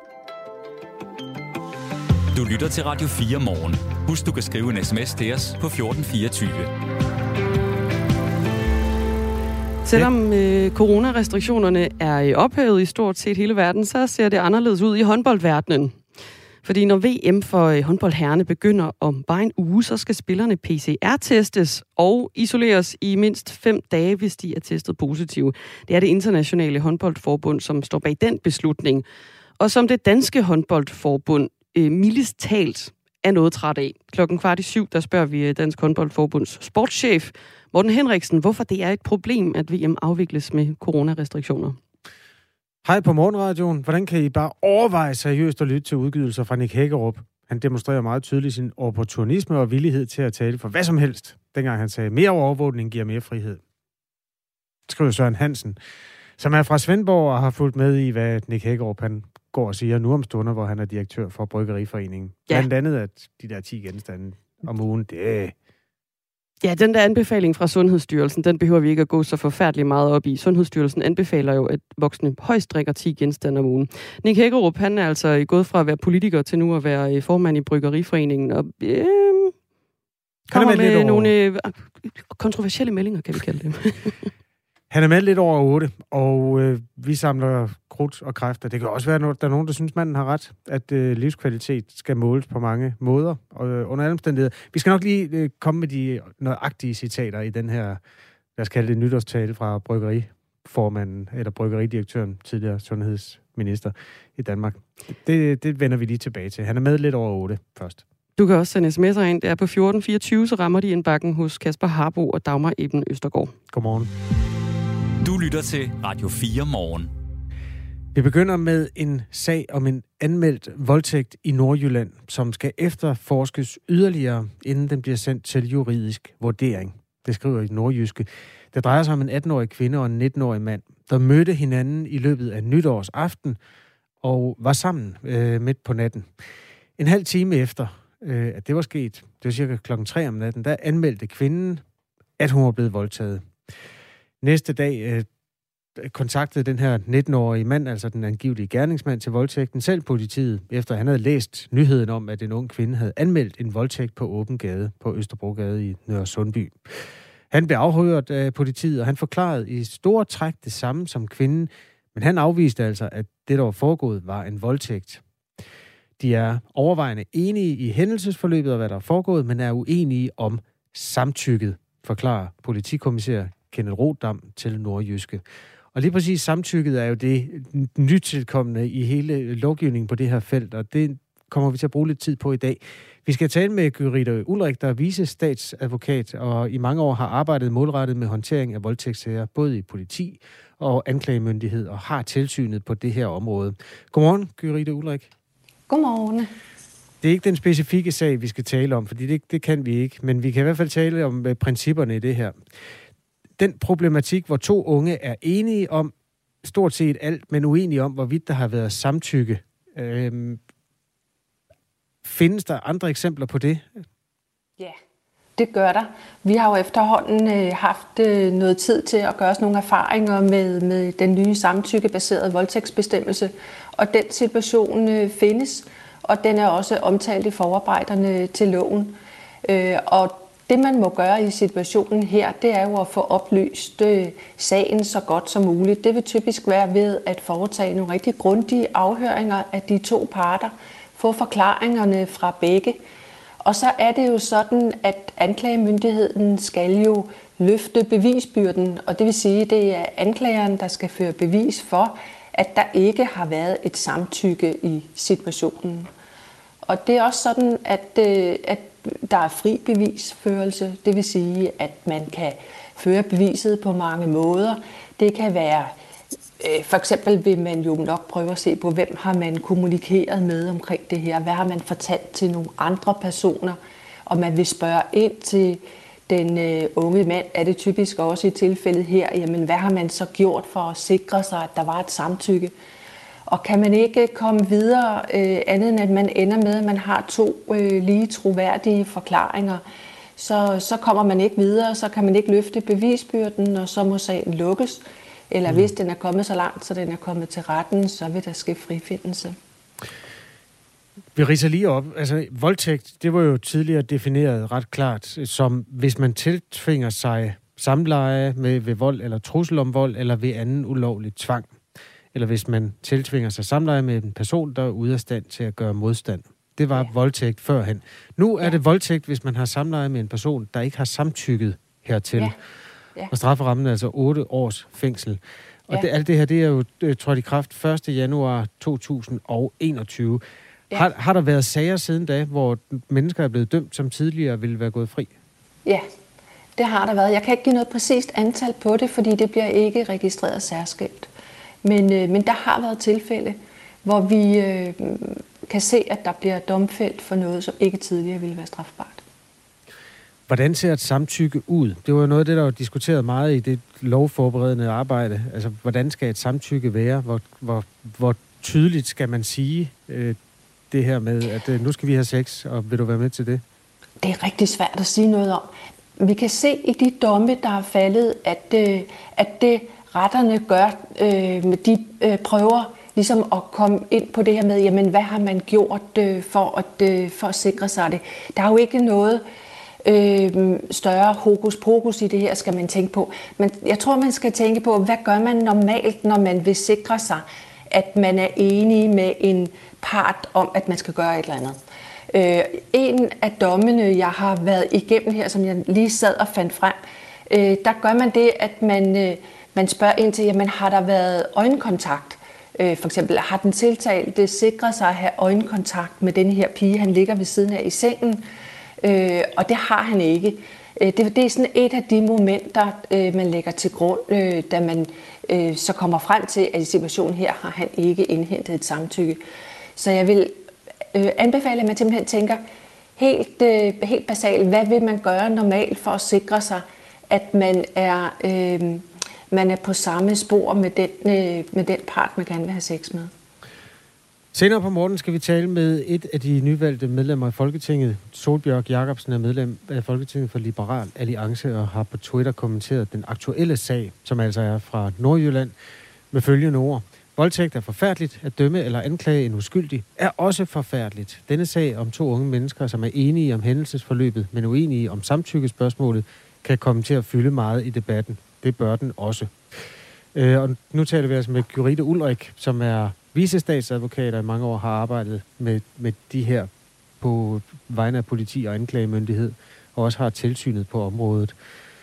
Du lytter til Radio fire morgen. Husk, du kan skrive en sms til os på fjorten fireogtyve. Selvom øh, coronarestriktionerne er ophævet i stort set hele verden, så ser det anderledes ud i håndboldverdenen. Fordi når V M for håndboldherrerne begynder om bare en uge, så skal spillerne P C R-testes og isoleres i mindst fem dage, hvis de er testet positive. Det er det internationale håndboldforbund, som står bag den beslutning. Og som det danske håndboldforbund øh, mildest talt er noget træt af. Klokken kvart i syv, der spørger vi Dansk Håndboldforbunds sportschef Morten Henriksen, hvorfor det er et problem, at V M afvikles med coronarestriktioner. Hej på Morgenradioen. Hvordan kan I bare overveje seriøst at lytte til udgivelser fra Nick Hækkerup? Han demonstrerer meget tydeligt sin opportunisme og villighed til at tale for hvad som helst. Dengang han sagde, mere overvågning giver mere frihed. Skriver Søren Hansen, som er fra Svendborg og har fulgt med i, hvad Nick Hækkerup han går og siger nu om stunder, hvor han er direktør for Bryggeriforeningen. Ja. Blandt andet, at de der ti genstande om ugen, det er... Ja, den der anbefaling fra Sundhedsstyrelsen, den behøver vi ikke at gå så forfærdeligt meget op i. Sundhedsstyrelsen anbefaler jo, at voksne højst drikker ti genstande om ugen. Nick Hækkerup, han er altså gået fra at være politiker til nu at være formand i Bryggeriforeningen, og øh, kommer med, med nogle øh, kontroversielle meldinger, kan vi kalde det. Han er med lidt over otte, og øh, vi samler krudt og kræfter. Det kan også være, at der er nogen, der synes, manden har ret, at øh, livskvalitet skal måles på mange måder, og øh, under alle omstændigheder. Vi skal nok lige øh, komme med de nøjagtige citater i den her, lad os kalde det nytårstale fra bryggeriformanden, eller bryggeridirektøren, tidligere sundhedsminister i Danmark. Det, det vender vi lige tilbage til. Han er med lidt over otte først. Du kan også sende sms'er ind. Det er på fjorten fireogtyve, så rammer de indbakken hos Kasper Harbo og Dagmar Eben Østergaard. Godmorgen. Du lytter til Radio fire Morgen. Vi begynder med en sag om en anmeldt voldtægt i Nordjylland, som skal efterforskes yderligere, inden den bliver sendt til juridisk vurdering. Det skriver i Nordjyske. Det drejer sig om en attenårig kvinde og en nitten-årig mand, der mødte hinanden i løbet af nytårsaften og var sammen øh, midt på natten. En halv time efter, øh, at det var sket, det var cirka klokken tre om natten, der anmeldte kvinden, at hun var blevet voldtaget. Næste dag øh, kontaktede den her nitten-årige mand, altså den angivelige gerningsmand til voldtægten, selv politiet, efter han havde læst nyheden om, at en ung kvinde havde anmeldt en voldtægt på åben gade på Østerbrogade i Nørre Sundby. Han blev afhørt af politiet, og han forklarede i store træk det samme som kvinden, men han afviste altså, at det, der var foregået, var en voldtægt. De er overvejende enige i hændelsesforløbet og hvad der er foregået, men er uenige om samtykket, forklarer politikommissær Kenneth Rodam til Nordjyske. Og lige præcis samtykket er jo det nytilkommende i hele lovgivningen på det her felt, og det kommer vi til at bruge lidt tid på i dag. Vi skal tale med Gyrithe Ulrik, der er vicestatsadvokat, og i mange år har arbejdet målrettet med håndtering af voldtægtssager, både i politi og anklagemyndighed, og har tilsynet på det her område. Godmorgen, Gyrithe Ulrik. Godmorgen. Det er ikke den specifikke sag, vi skal tale om, fordi det, det kan vi ikke, men vi kan i hvert fald tale om principperne i det her. Den problematik, hvor to unge er enige om stort set alt, men uenige om, hvorvidt der har været samtykke. Øhm, findes der andre eksempler på det? Ja, det gør der. Vi har jo efterhånden øh, haft øh, noget tid til at gøre os nogle erfaringer med, med den nye samtykkebaserede voldtægtsbestemmelse, og den situation øh, findes, og den er også omtalt i forarbejderne til loven. Øh, og det, man må gøre i situationen her, det er jo at få oplyst øh, sagen så godt som muligt. Det vil typisk være ved at foretage nogle rigtig grundige afhøringer af de to parter, få forklaringerne fra begge. Og så er det jo sådan, at anklagemyndigheden skal jo løfte bevisbyrden, og det vil sige, at det er anklageren, der skal føre bevis for, at der ikke har været et samtykke i situationen. Og det er også sådan, at, øh, at der er fri bevisførelse, det vil sige, at man kan føre beviset på mange måder. Det kan være, øh, for eksempel vil man jo nok prøve at se på, hvem har man kommunikeret med omkring det her, hvad har man fortalt til nogle andre personer, og man vil spørge ind til den øh, unge mand, er det typisk også i tilfældet her, jamen hvad har man så gjort for at sikre sig, at der var et samtykke? Og kan man ikke komme videre øh, andet end, at man ender med, at man har to øh, lige troværdige forklaringer, så, så kommer man ikke videre, så kan man ikke løfte bevisbyrden, og så må sagen lukkes. Eller mm. hvis den er kommet så langt, så den er kommet til retten, så vil der ske frifindelse. Vi ridser lige op. Altså, voldtægt, det var jo tidligere defineret ret klart, som hvis man tiltvinger sig samleje med ved vold eller trussel om vold, eller ved anden ulovlig tvang. Eller hvis man tiltvinger sig samleje med en person, der er ude af stand til at gøre modstand. Det var ja. voldtægt førhen. Nu er ja. det voldtægt, hvis man har samleje med en person, der ikke har samtykket hertil. Ja. Ja. Og strafferammen er altså otte års fængsel. Og ja. det, alt det her, det er jo trådt i kraft første januar to tusind og enogtyve. Ja. Har, har der været sager siden da, hvor mennesker er blevet dømt, som tidligere ville være gået fri? Ja, det har der været. Jeg kan ikke give noget præcist antal på det, fordi det bliver ikke registreret særskilt. Men, øh, men der har været tilfælde, hvor vi øh, kan se, at der bliver domfældt for noget, som ikke tidligere ville være strafbart. Hvordan ser et samtykke ud? Det var jo noget af det, der var diskuteret meget i det lovforberedende arbejde. Altså, hvordan skal et samtykke være? Hvor, hvor, hvor tydeligt skal man sige øh, det her med, at øh, nu skal vi have sex, og vil du være med til det? Det er rigtig svært at sige noget om. Vi kan se i de domme, der er faldet, at, øh, at det retterne gør, øh, de øh, prøver ligesom at komme ind på det her med, jamen hvad har man gjort øh, for, at, øh, for at sikre sig det. Der er jo ikke noget øh, større hokus pokus i det her, skal man tænke på. Men jeg tror, man skal tænke på, hvad gør man normalt, når man vil sikre sig, at man er enig med en part om, at man skal gøre et eller andet. Øh, en af dommene, jeg har været igennem her, som jeg lige sad og fandt frem, øh, der gør man det, at man, øh, man spørger ind til, jamen har der været øjenkontakt? Øh, for eksempel, har den tiltalte sikret sig at have øjenkontakt med den her pige, han ligger ved siden af i sengen? Øh, og det har han ikke. Øh, det, det er sådan et af de momenter, øh, man lægger til grund, øh, da man øh, så kommer frem til, at i situationen her har han ikke indhentet et samtykke. Så jeg vil øh, anbefale, at man simpelthen tænker helt, øh, helt basalt, hvad vil man gøre normalt for at sikre sig, at man er... Øh, man er på samme spor med den, øh, med den part, man gerne vil have sex med. Senere på morgen skal vi tale med et af de nyvalgte medlemmer af Folketinget. Sólbjørg Jakobsen er medlem af Folketinget for Liberal Alliance og har på Twitter kommenteret den aktuelle sag, som altså er fra Nordjylland, med følgende ord. Voldtægt er forfærdeligt. At dømme eller anklage en uskyldig er også forfærdeligt. Denne sag om to unge mennesker, som er enige om hændelsesforløbet, men uenige om samtykkespørgsmålet, kan komme til at fylde meget i debatten. Det bør den også. Øh, og nu taler vi altså med Gyrithe Ulrik, som er vicestatsadvokat og i mange år har arbejdet med, med de her på vegne af politi og anklagemyndighed, og også har tilsynet på området.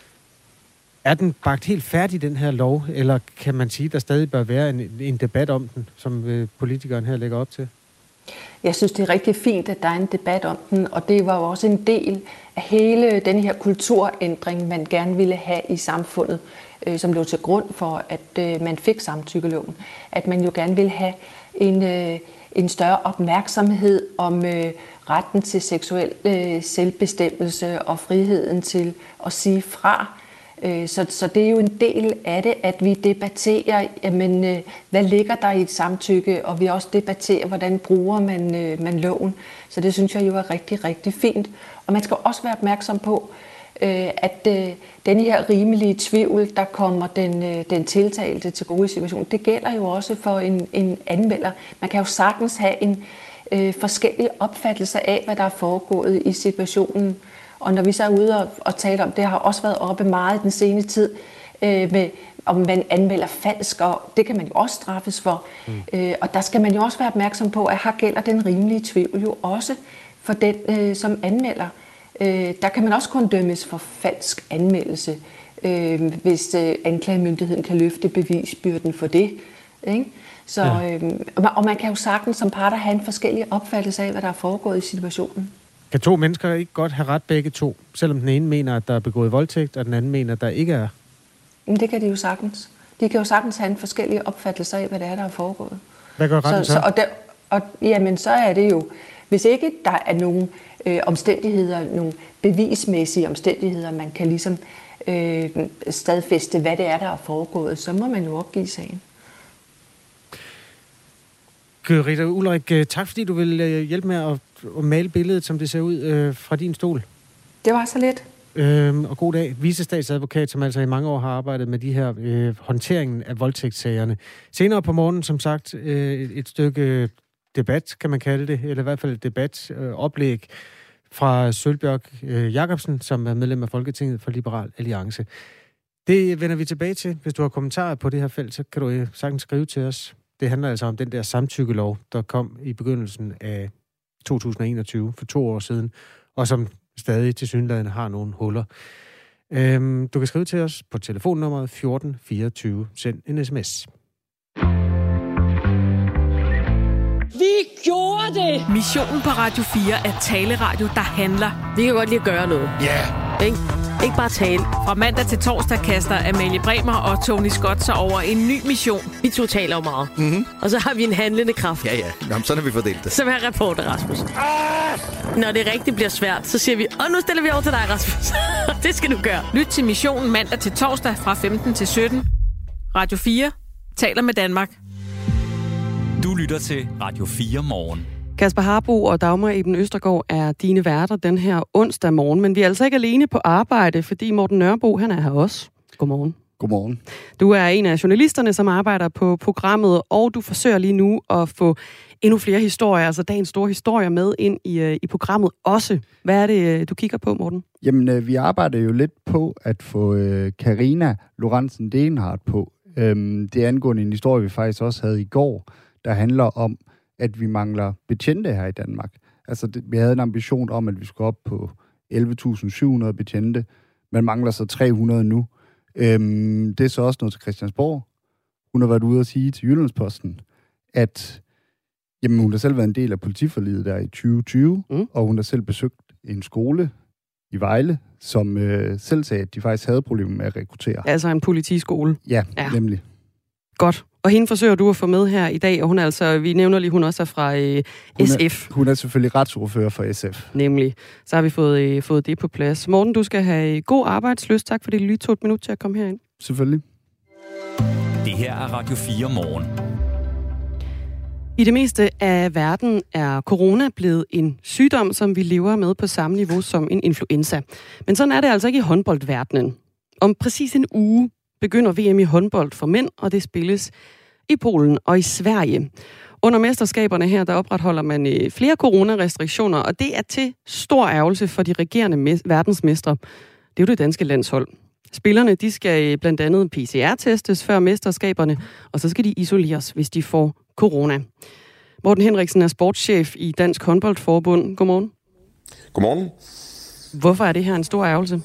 Er den bagt helt færdig, den her lov, eller kan man sige, at der stadig bør være en, en debat om den, som øh, politikeren her lægger op til? Jeg synes, det er rigtig fint, at der er en debat om den, og det var jo også en del af hele den her kulturændring, man gerne ville have i samfundet, øh, som lå til grund for, at øh, man fik samtykkeloven. At man jo gerne ville have en, øh, en større opmærksomhed om øh, retten til seksuel øh, selvbestemmelse og friheden til at sige fra. Så, så det er jo en del af det, at vi debatterer, jamen, hvad ligger der i et samtykke, og vi også debatterer, hvordan bruger man, man loven. Så det synes jeg jo er rigtig, rigtig fint. Og man skal også være opmærksom på, at denne her rimelige tvivl, der kommer den, den tiltalte til gode situation, det gælder jo også for en, en anmelder. Man kan jo sagtens have en øh, forskellig opfattelse af, hvad der er foregået i situationen. Og når vi så er ude og, og taler om, det har også været oppe meget i den seneste tid, øh, med, om man anmelder falsk, og det kan man jo også straffes for. Mm. Øh, og der skal man jo også være opmærksom på, at her gælder den rimelige tvivl jo også for den, øh, som anmelder. Øh, der kan man også kun dømmes for falsk anmeldelse, øh, hvis øh, anklagemyndigheden kan løfte bevisbyrden for det. Ikke? Så, ja. øh, og man kan jo sagtens som parter have en forskellig opfattelse af, hvad der er foregået i situationen. Kan to mennesker ikke godt have ret begge to, selvom den ene mener, at der er begået voldtægt, og den anden mener, at der ikke er? Men det kan de jo sagtens. De kan jo sagtens have en forskellig opfattelse af, hvad det er, der er foregået. Hvad gør retten så? så? så og, der, og jamen, så er det jo, hvis ikke der er nogen øh, omstændigheder, nogle bevismæssige omstændigheder, man kan ligesom øh, stadfæste, hvad det er, der er foregået, så må man jo opgive sagen. Gyrithe Ulrik, tak fordi du vil hjælpe med at, at male billedet, som det ser ud øh, fra din stol. Det var så lidt. Øhm, og god dag. Vicestatsadvokat, som altså i mange år har arbejdet med de her øh, håndteringen af voldtægtssagerne. Senere på morgenen, som sagt, øh, et stykke debat, kan man kalde det, eller i hvert fald et debatoplæg øh, fra Sólbjørg øh, Jakobsen, som er medlem af Folketinget for Liberal Alliance. Det vender vi tilbage til. Hvis du har kommentarer på det her felt, så kan du øh, sagtens skrive til os. Det handler altså om den der samtykkelov, der kom i begyndelsen af to tusind og enogtyve, for to år siden, og som stadig tilsyneladende har nogle huller. Øhm, du kan skrive til os på telefonnummeret fjorten fireogtyve. Send en sms. Vi gjorde det! Missionen på Radio fire er taleradio, der handler. Vi kan godt lide at gøre noget. Ja! Yeah. Ikke bare tale. Fra mandag til torsdag kaster Amalie Bremer og Tony Scott sig over en ny mission. Vi to taler jo meget. Mm-hmm. Og så har vi en handlende kraft. Ja, ja. Jamen, sådan har vi fordelt det. Som er reporter, Rasmus. Ah! Når det rigtig bliver svært, så siger vi, og nu stiller vi over til dig, Rasmus. Det skal du gøre. Lyt til missionen mandag til torsdag fra femten til sytten. Radio fire taler med Danmark. Du lytter til Radio fire morgen. Kasper Harbo og Dagmar Eben Østergaard er dine værter den her onsdag morgen, men vi er altså ikke alene på arbejde, fordi Morten Nørbo, han er her også. Godmorgen. Godmorgen. Du er en af journalisterne, som arbejder på programmet, og du forsøger lige nu at få endnu flere historier, altså dagens store historier med ind i, i programmet også. Hvad er det, du kigger på, Morten? Jamen, vi arbejder jo lidt på at få Karina Lorentzen Degenhardt på. Øhm, det er angående en historie, vi faktisk også havde i går, der handler om, at vi mangler betjente her i Danmark. Altså, det, vi havde en ambition om, at vi skulle op på elleve tusind syv hundrede betjente. Man mangler så tre hundrede nu. Øhm, det er så også noget til Christiansborg. Hun har været ude at sige til Jyllandsposten, at jamen, hun har selv været en del af politiforliget der i tyve tyve, mm. og hun har selv besøgt en skole i Vejle, som øh, selv sagde, at de faktisk havde problemer med at rekruttere. Altså en politiskole? Ja, ja. Nemlig. Godt. Og hende forsøger du at få med her i dag, og hun er altså, vi nævner lige, hun også er fra øh, S F. Hun er, hun er selvfølgelig retsordfører for S F. Nemlig. Så har vi fået, øh, fået det på plads. Morten, du skal have god arbejdsløst. Tak fordi du lige tog et minut til at komme herind. Selvfølgelig. Det her er Radio fire morgen. I det meste af verden er corona blevet en sygdom, som vi lever med på samme niveau som en influenza. Men sådan er det altså ikke i håndboldverdenen. Om præcis en uge begynder V M i håndbold for mænd, og det spilles i Polen og i Sverige. Under mesterskaberne her, der opretholder man flere coronarestriktioner, og det er til stor ærgelse for de regerende verdensmestre. Det er jo det danske landshold. Spillerne, de skal blandt andet P C R-testes før mesterskaberne, og så skal de isoleres, hvis de får corona. Morten Henriksen er sportschef i Dansk Håndboldforbund. Godmorgen. Godmorgen. Hvorfor er det her en stor ærgelse?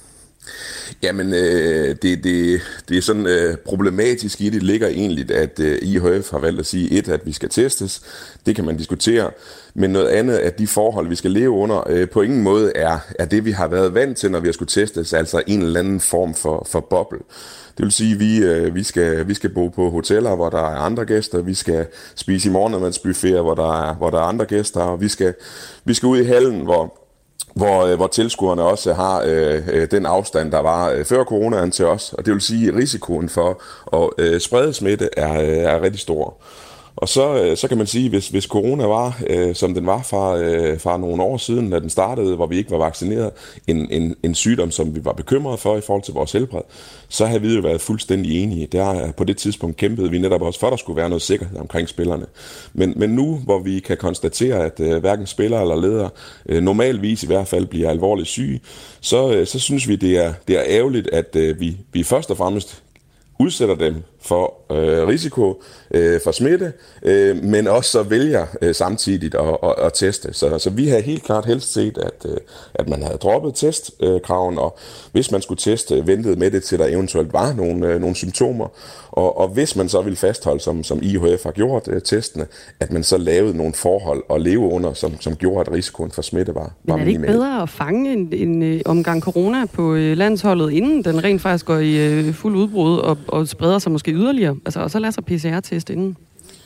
Jamen, øh, det, det, det er sådan øh, problematisk i det ligger egentlig, at øh, I H F har valgt at sige, et, at vi skal testes. Det kan man diskutere. Men noget andet, at de forhold, vi skal leve under, øh, på ingen måde er, er det, vi har været vant til, når vi har skulle testes, altså en eller anden form for, for boble. Det vil sige, at vi, øh, vi, skal, vi skal bo på hoteller, hvor der er andre gæster. Vi skal spise i morgenmadsbuffeter, hvor der er, hvor der er andre gæster. Og vi skal, vi skal ud i hallen, hvor Hvor, hvor tilskuerne også har øh, den afstand, der var øh, før coronaen til os. Og det vil sige, at risikoen for at øh, sprede smitte er, er rigtig stor. Og så, øh, så kan man sige, hvis, hvis corona var, øh, som den var fra, øh, fra nogle år siden, da den startede, hvor vi ikke var vaccineret, en, en, en sygdom, som vi var bekymrede for i forhold til vores helbred, så havde vi jo været fuldstændig enige. Der, på det tidspunkt kæmpede vi netop også for, at der skulle være noget sikkerhed omkring spillerne. Men, men nu, hvor vi kan konstatere, at øh, hverken spillere eller ledere øh, normalvis i hvert fald bliver alvorligt syge, så, øh, så synes vi, det er, det er ærgerligt, at øh, vi, vi først og fremmest udsætter dem for øh, risiko øh, for smitte, øh, men også så vælger øh, samtidig at, at, at teste. Så, så vi har helt klart helst set, at, øh, at man havde droppet testkraven, øh, og hvis man skulle teste, ventede med det til der eventuelt var nogle, øh, nogle symptomer. Og, og hvis man så ville fastholde, som, som I H F har gjort øh, testene, at man så lavede nogle forhold at leve under, som, som gjorde, at risikoen for smitte var, var Men er det ikke bedre at fange en, en, en omgang corona på øh, landsholdet, inden den rent faktisk går i øh, fuld udbrud og, og spreder sig måske yderligere? Altså, og så lad sig P C R-teste inden.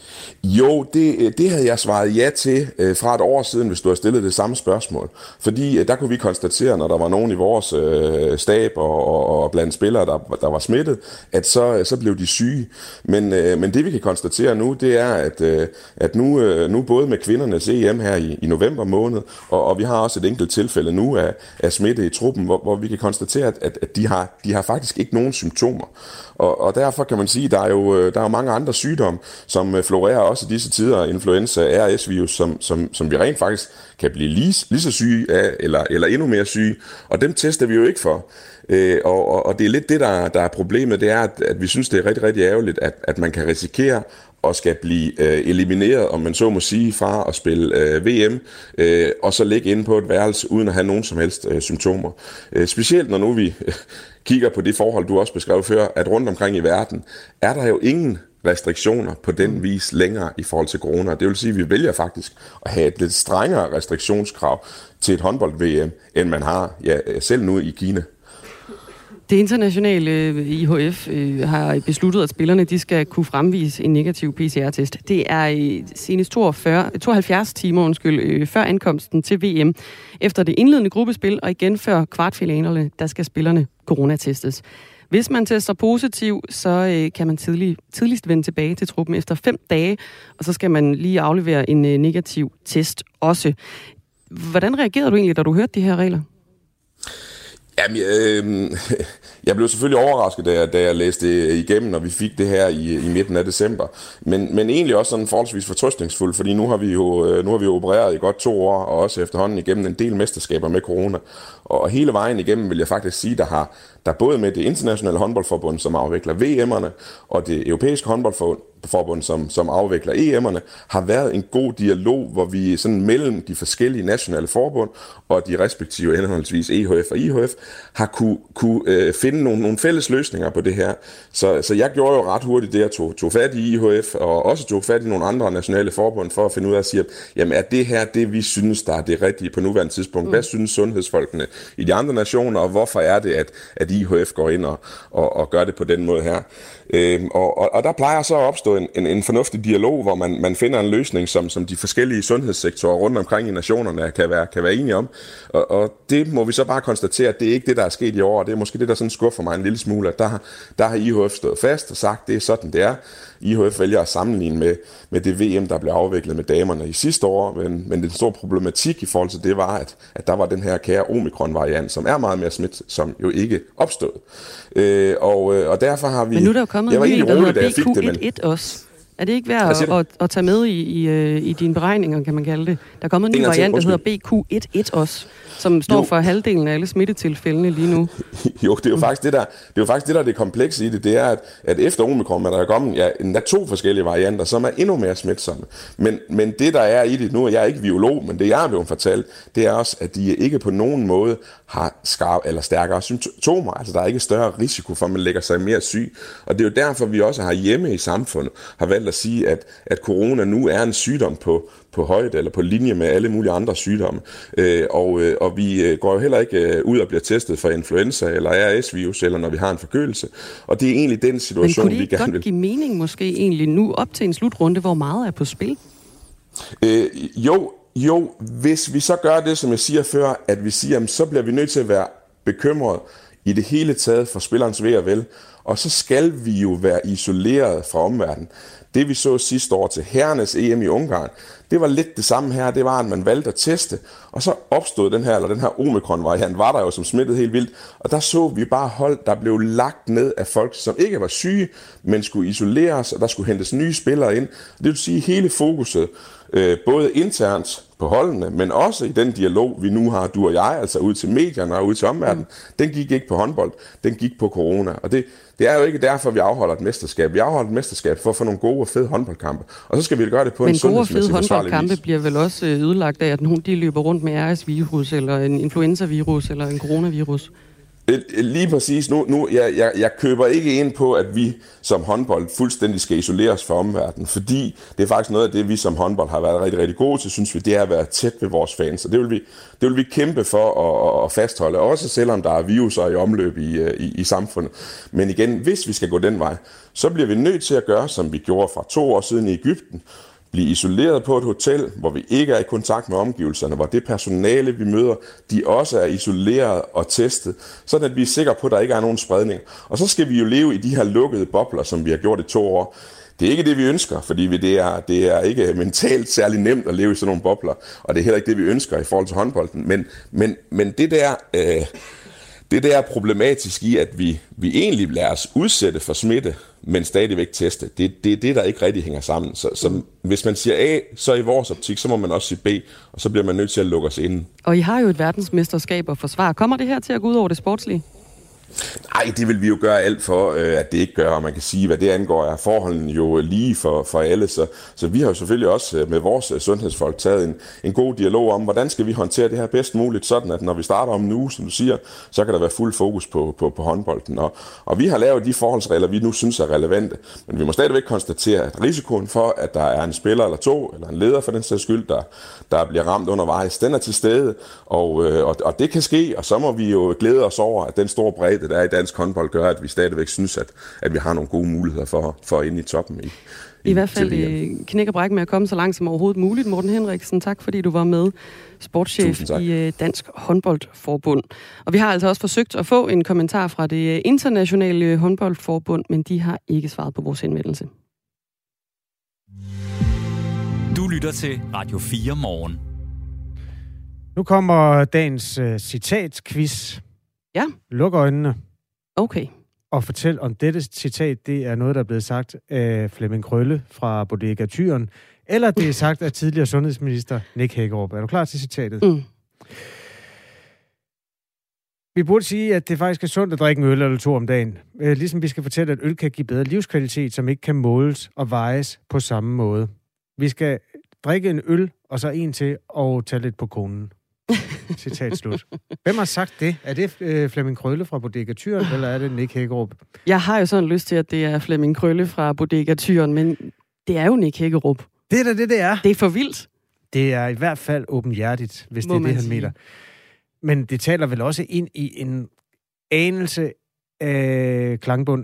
Jo, det, det havde jeg svaret ja til øh, fra et år siden, hvis du havde stillet det samme spørgsmål. Fordi øh, der kunne vi konstatere, når der var nogen i vores øh, stab og, og, og blandt spillere, der, der var smittet, at så, så blev de syge. Men, øh, men det vi kan konstatere nu, det er, at, øh, at nu, øh, nu både med kvindernes E M her i, i november måned, og, og vi har også et enkelt tilfælde nu af, af smitte i truppen, hvor, hvor vi kan konstatere, at, at de, har, de har faktisk ikke nogen symptomer. Og, og derfor kan man sige, at der er jo der er mange andre sygdomme, som florerer også i disse tider, influenza, R S-virus, som, som, som vi rent faktisk kan blive lige, lige så syge af, eller, eller endnu mere syge, og dem tester vi jo ikke for. Øh, og, og det er lidt det, der, der er problemet, det er, at, at vi synes, det er rigtig, rigtig ærgerligt, at, at man kan risikere og skal blive øh, elimineret, om man så må sige, fra at spille øh, V M, øh, og så ligge inde på et værelse, uden at have nogen som helst øh, symptomer. Øh, specielt når nu vi øh, kigger på det forhold, du også beskrev før, at rundt omkring i verden, er der jo ingen restriktioner på den vis længere i forhold til corona. Det vil sige, at vi vælger faktisk at have et lidt strengere restriktionskrav til et håndbold-V M, end man har ja, selv nu i Kina. Det internationale I H F øh, har besluttet, at spillerne de skal kunne fremvise en negativ P C R-test. Det er øh, senest toogfyrre, tooghalvfjerds timer undskyld, øh, før ankomsten til V M. Efter det indledende gruppespil og igen før kvartfinalerne, der skal spillerne coronatestes. Hvis man tester positiv, så øh, kan man tidlig, tidligst vende tilbage til truppen efter fem dage, og så skal man lige aflevere en øh, negativ test også. Hvordan reagerede du egentlig, da du hørte de her regler? Jamen, øh, jeg blev selvfølgelig overrasket, da jeg, da jeg læste det igennem, når vi fik det her i, i midten af december. Men, men egentlig også sådan forholdsvis fortrøstningsfuld, fordi nu har vi jo nu har vi jo opereret i godt to år, og også efterhånden igennem en del mesterskaber med corona. Og hele vejen igennem vil jeg faktisk sige, der har der både med det internationale håndboldforbund, som afvikler V M'erne, og det europæiske håndboldforbund, som, som afvikler E M'erne, har været en god dialog, hvor vi sådan mellem de forskellige nationale forbund og de respektive henholdsvis E H F og I H F har kunne, kunne øh, finde nogle, nogle fælles løsninger på det her. Så, så jeg gjorde jo ret hurtigt det, jeg tog, tog fat i I H F og også tog fat i nogle andre nationale forbund for at finde ud af at sige, jamen er det her det, vi synes, der er det rigtige på nuværende tidspunkt? Hvad synes sundhedsfolkene i de andre nationer, og hvorfor er det, at, at I H F går ind og, og, og gør det på den måde her? Øhm, og, og, og der plejer så at opstå en, en, en fornuftig dialog, hvor man, man finder en løsning, som, som de forskellige sundhedssektorer rundt omkring i nationerne kan være, kan være enige om. Og, og det må vi så bare konstatere, at det er ikke det, der er sket i år, og det er måske det, der sådan skuffer mig en lille smule, at der, har, der har I H F stået fast og sagt, det er sådan, det er. I H F vælger at sammenligne med, med det V M, der blev afviklet med damerne i sidste år, men, men den store problematik i forhold til det var, at, at der var den her kære omikron-variant, som er meget mere smidt, som jo ikke opstod. Øh, og, og derfor har vi... Men nu er der jo kommet en ny, der hedder B Q et et men... også. Er det ikke værd at, at, at tage med i, i, i dine beregninger, kan man kalde det? Der er kommet en ny variant, der hedder B Q et et også, som står jo. for halvdelen af alle smittetilfældene lige nu. Jo, det er jo faktisk det, der, det er jo faktisk det, der er det komplekse i det. Det er, at, at efter omikron er der kommet ja, der to forskellige varianter, som er endnu mere smitsomme. Men, men det, der er i det, nu er jeg ikke biolog, men det, jeg er blevet fortalt, det er også, at de ikke på nogen måde har skarp eller stærkere symptomer. Altså, der er ikke større risiko for, at man lægger sig mere syg. Og det er jo derfor, vi også har hjemme i samfundet har valgt at sige, at, at corona nu er en sygdom på, på højde eller på linje med alle mulige andre sygdomme. Øh, og, øh, og vi går jo heller ikke øh, ud og bliver testet for influenza eller R S-virus, eller når vi har en forkølelse. Og det er egentlig den situation, vi gerne vil... Men kunne det ikke godt give mening måske egentlig nu op til en slutrunde, hvor meget er på spil? Øh, jo, jo, hvis vi så gør det, som jeg siger før, at vi siger, jamen, så bliver vi nødt til at være bekymret i det hele taget for spillerens ve og vel. Og så skal vi jo være isoleret fra omverdenen. Det vi så sidste år til herrenes E M i Ungarn, det var lidt det samme her. Det var, at man valgte at teste, og så opstod den her, eller den her omikron-variant, var der jo som smittede helt vildt. Og der så vi bare hold, der blev lagt ned af folk, som ikke var syge, men skulle isoleres, og der skulle hentes nye spillere ind. Det vil sige, hele fokuset, øh, både internt på holdene, men også i den dialog, vi nu har, du og jeg, altså ud til medierne og ud til omverdenen, mm. den gik ikke på håndbold, den gik på corona. Og det, det er jo ikke derfor, vi afholder et mesterskab. Vi afholder et mesterskab for at få nogle gode og fede håndboldkampe. Og så skal vi gøre det på men en sundhedsmæssig forsvarlig vis. Men gode og fede håndboldkampe bliver vel også ødelagt af, at nogen de løber rundt med R S-virus, eller en influenza-virus, eller en coronavirus. Lige præcis. Nu, nu jeg, jeg, jeg køber ikke ind på, at vi som håndbold fuldstændig skal isoleres fra omverdenen, fordi det er faktisk noget af det, vi som håndbold har været rigtig, rigtig gode til, synes vi, det er at være tæt ved vores fans. Og det vil vi, det vil vi kæmpe for at, at fastholde, også selvom der er viruser i omløb i, i, i samfundet. Men igen, hvis vi skal gå den vej, så bliver vi nødt til at gøre, som vi gjorde for to år siden i Egypten, blive isoleret på et hotel, hvor vi ikke er i kontakt med omgivelserne, hvor det personale, vi møder, de også er isoleret og testet, sådan at vi er sikre på, at der ikke er nogen spredning. Og så skal vi jo leve i de her lukkede bobler, som vi har gjort i to år. Det er ikke det, vi ønsker, fordi det er, det er ikke mentalt særlig nemt at leve i sådan nogle bobler, og det er heller ikke det, vi ønsker i forhold til håndbolden. Men, men, men det der... Øh, Det der er problematisk i, at vi, vi egentlig lader os udsætte for smitte, men stadigvæk teste. Det er det, det, der ikke rigtig hænger sammen. Så, så hvis man siger A, så i vores optik, så må man også sige B, og så bliver man nødt til at lukke os inde. Og I har jo et verdensmesterskab at forsvare. Kommer det her til at gå ud over det sportslige? Nej, det vil vi jo gøre alt for, at det ikke gør, og man kan sige, hvad det angår, er forholdene jo lige for, for alle. Så, så vi har jo selvfølgelig også med vores sundhedsfolk taget en, en god dialog om, hvordan skal vi håndtere det her bedst muligt, sådan at når vi starter om en uge, som du siger, så kan der være fuld fokus på, på, på håndbolden. Og, og vi har lavet de forholdsregler, vi nu synes er relevante, men vi må stadigvæk konstatere, at risikoen for, at der er en spiller eller to, eller en leder for den sags skyld, der, der bliver ramt undervejs, den er til stede, og, og, og det kan ske, og så må vi jo glæde os over, at den store bredde bredde, der er i dansk håndbold, gør, at vi stadigvæk synes, at, at vi har nogle gode muligheder for, for at inde i toppen. I, I, I hvert fald knæk og bræk med at komme så langt som overhovedet muligt. Morten Henriksen, tak fordi du var med, sportschef i Dansk Håndboldforbund. Og vi har altså også forsøgt at få en kommentar fra det internationale håndboldforbund, men de har ikke svaret på vores henvendelse. Du lytter til Radio fire Morgen. Nu kommer dagens uh, citat-quiz. Ja. Luk øjnene. Okay. Og fortæl om dette citat. Det er noget, der er blevet sagt af Flemming Krølle fra Bodega Tyren, eller det er sagt af tidligere sundhedsminister Nick Hækkerup. Er du klar til citatet? Mm. Vi burde sige, at det faktisk er sundt at drikke en øl eller to om dagen. Ligesom vi skal fortælle, at øl kan give bedre livskvalitet, som ikke kan måles og vejes på samme måde. Vi skal drikke en øl, og så en til, og tage lidt på konen. Citat slut. Hvem har sagt det? Er det øh, Flemming Krølle fra Bodega Tyren, eller er det Nick Hækkerup? Jeg har jo sådan lyst til, at det er Flemming Krølle fra Bodega Tyren, men det er jo Nick Hækkerup. Det er da det, det er. Det er for vildt. Det er i hvert fald åbenhjertigt, hvis Må det er det, han sige. mener. Men det taler vel også ind i en anelse af klangbund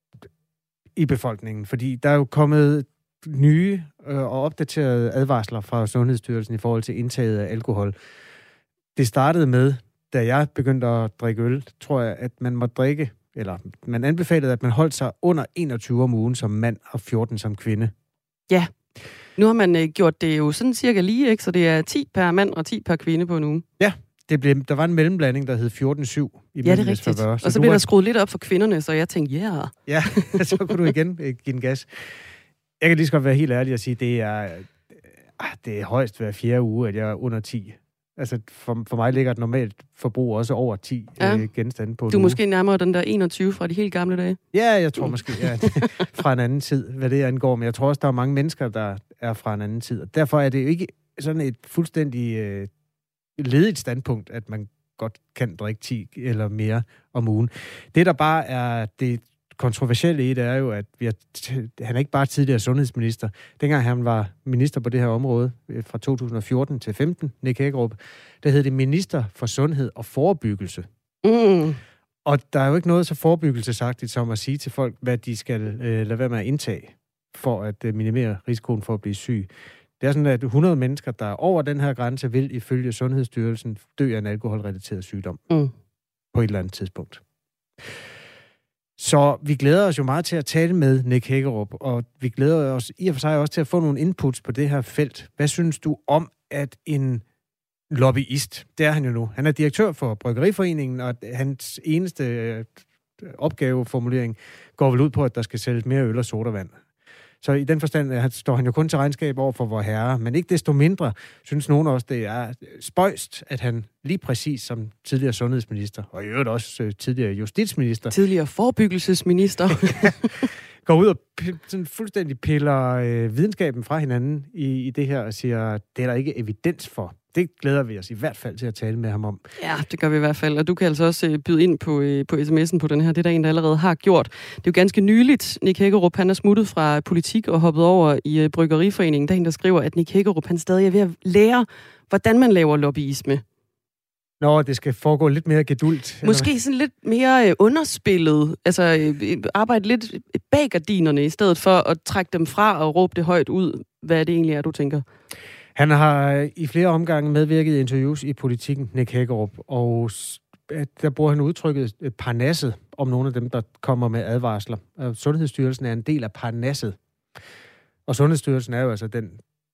i befolkningen, fordi der er jo kommet nye øh, og opdaterede advarsler fra Sundhedsstyrelsen i forhold til indtaget af alkohol. Det startede med, da jeg begyndte at drikke øl, tror jeg, at man må drikke, eller man anbefalede, at man holdt sig under enogtyve om ugen som mand og fjorten som kvinde. Ja, nu har man øh, gjort det jo sådan cirka lige, ikke? Så det er ti per mand og ti per kvinde på en uge. Ja, det blev, der var en mellemblanding, der hed fjorten syv i ja, det er rigtigt. Favør, og så blev var... der skruet lidt op for kvinderne, så jeg tænkte, ja. Yeah. Ja, så kunne du igen give den gas. Jeg kan lige så godt være helt ærlig og sige, det er, det er højst hver fjerde uge, at jeg er under ti. Altså, for, for mig ligger et normalt forbrug også over ti ja. øh, genstande på. Du er måske nærmere den der enogtyve fra de helt gamle dage. Ja, jeg tror måske, ja, fra en anden tid, hvad det angår. Men jeg tror også, der er mange mennesker, der er fra en anden tid. Og derfor er det jo ikke sådan et fuldstændig øh, ledigt standpunkt, at man godt kan drikke ti eller mere om ugen. Det, der bare er det kontroversielle i det, er jo, at vi er t- han er ikke bare tidligere sundhedsminister. Dengang han var minister på det her område, fra to tusind og fjorten til femten, Nick Hækkerup, der hed det minister for sundhed og forebyggelse. Mm. Og der er jo ikke noget så forebyggelsesagtigt som at sige til folk, hvad de skal øh, lade være med at indtage, for at øh, minimere risikoen for at blive syg. Det er sådan, at hundrede mennesker, der er over den her grænse, vil ifølge Sundhedsstyrelsen dø af en alkoholrelateret sygdom. Mm. På et eller andet tidspunkt. Så vi glæder os jo meget til at tale med Nick Hækkerup, og vi glæder os i og for sig også til at få nogle inputs på det her felt. Hvad synes du om, at en lobbyist, det er han jo nu, han er direktør for Bryggeriforeningen, og hans eneste opgaveformulering går vel ud på, at der skal sælges mere øl og sodavand. Så i den forstand står han jo kun til regnskab over for vor herre, men ikke desto mindre synes nogen også, det er spøjst, at han lige præcis som tidligere sundhedsminister, og i øvrigt også tidligere justitsminister, tidligere forebyggelsesminister, går ud og p- sådan fuldstændig piller øh, videnskaben fra hinanden i, i det her og siger, det er der ikke evidens for. Det glæder vi os i hvert fald til at tale med ham om. Ja, det gør vi i hvert fald. Og du kan altså også byde ind på, på sms'en på den her. Det er der en, der allerede har gjort. Det er jo ganske nyligt. Nick Hækkerup, han er smuttet fra politik og hoppet over i Bryggeriforeningen. Der er en, der skriver, at Nick Hækkerup, han stadig er ved at lære, hvordan man laver lobbyisme. Nå, det skal foregå lidt mere gedulgt. Måske eller? Sådan lidt mere øh, underspillet. Altså øh, arbejde lidt bag gardinerne, i stedet for at trække dem fra og råbe det højt ud. Hvad er det egentlig er, du tænker? Han har i flere omgange medvirket i interviews i Politikken, Nick Hækkerup, og der bruger han udtrykket parnasset om nogle af dem, der kommer med advarsler. Sundhedsstyrelsen er en del af parnasset. Og Sundhedsstyrelsen er jo altså den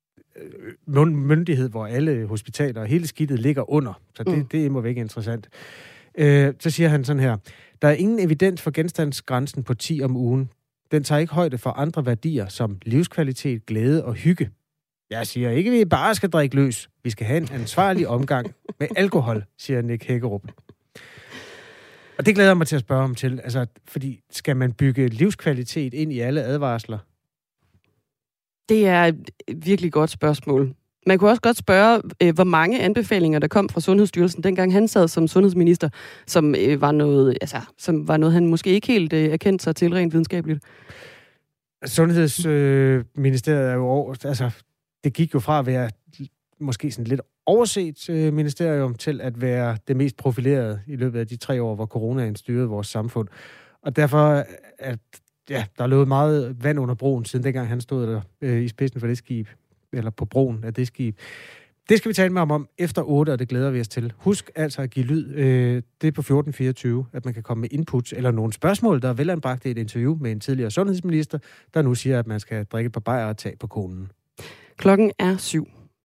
myndighed, hvor alle hospitaler og hele skidtet ligger under. Så det, mm. det må være ikke interessant. Øh, så siger han sådan her, der er ingen evidens for genstandsgrænsen på ti om ugen. Den tager ikke højde for andre værdier som livskvalitet, glæde og hygge. Jeg siger ikke, at vi bare skal drikke løs. Vi skal have en ansvarlig omgang med alkohol, siger Nick Hækkerup. Og det glæder jeg mig til at spørge ham til. Altså, fordi skal man bygge livskvalitet ind i alle advarsler? Det er et virkelig godt spørgsmål. Man kunne også godt spørge, hvor mange anbefalinger, der kom fra Sundhedsstyrelsen, dengang han sad som sundhedsminister, som var noget, altså, som var noget han måske ikke helt erkendte sig til rent videnskabeligt. Sundhedsministeriet er jo over, altså, det gik jo fra at være måske sådan lidt overset øh, ministerium til at være det mest profilerede i løbet af de tre år, hvor coronaen styrede vores samfund. Og derfor at ja, der er løbet meget vand under broen, siden dengang han stod der øh, i spidsen for det skib, eller på broen af det skib. Det skal vi tale med ham om efter otte, og det glæder vi os til. Husk altså at give lyd. Øh, det er på fjorten fireogtyve, at man kan komme med input eller nogle spørgsmål, der er velanbragt i et interview med en tidligere sundhedsminister, der nu siger, at man skal drikke på bajer og tage på konen. Klokken er syv.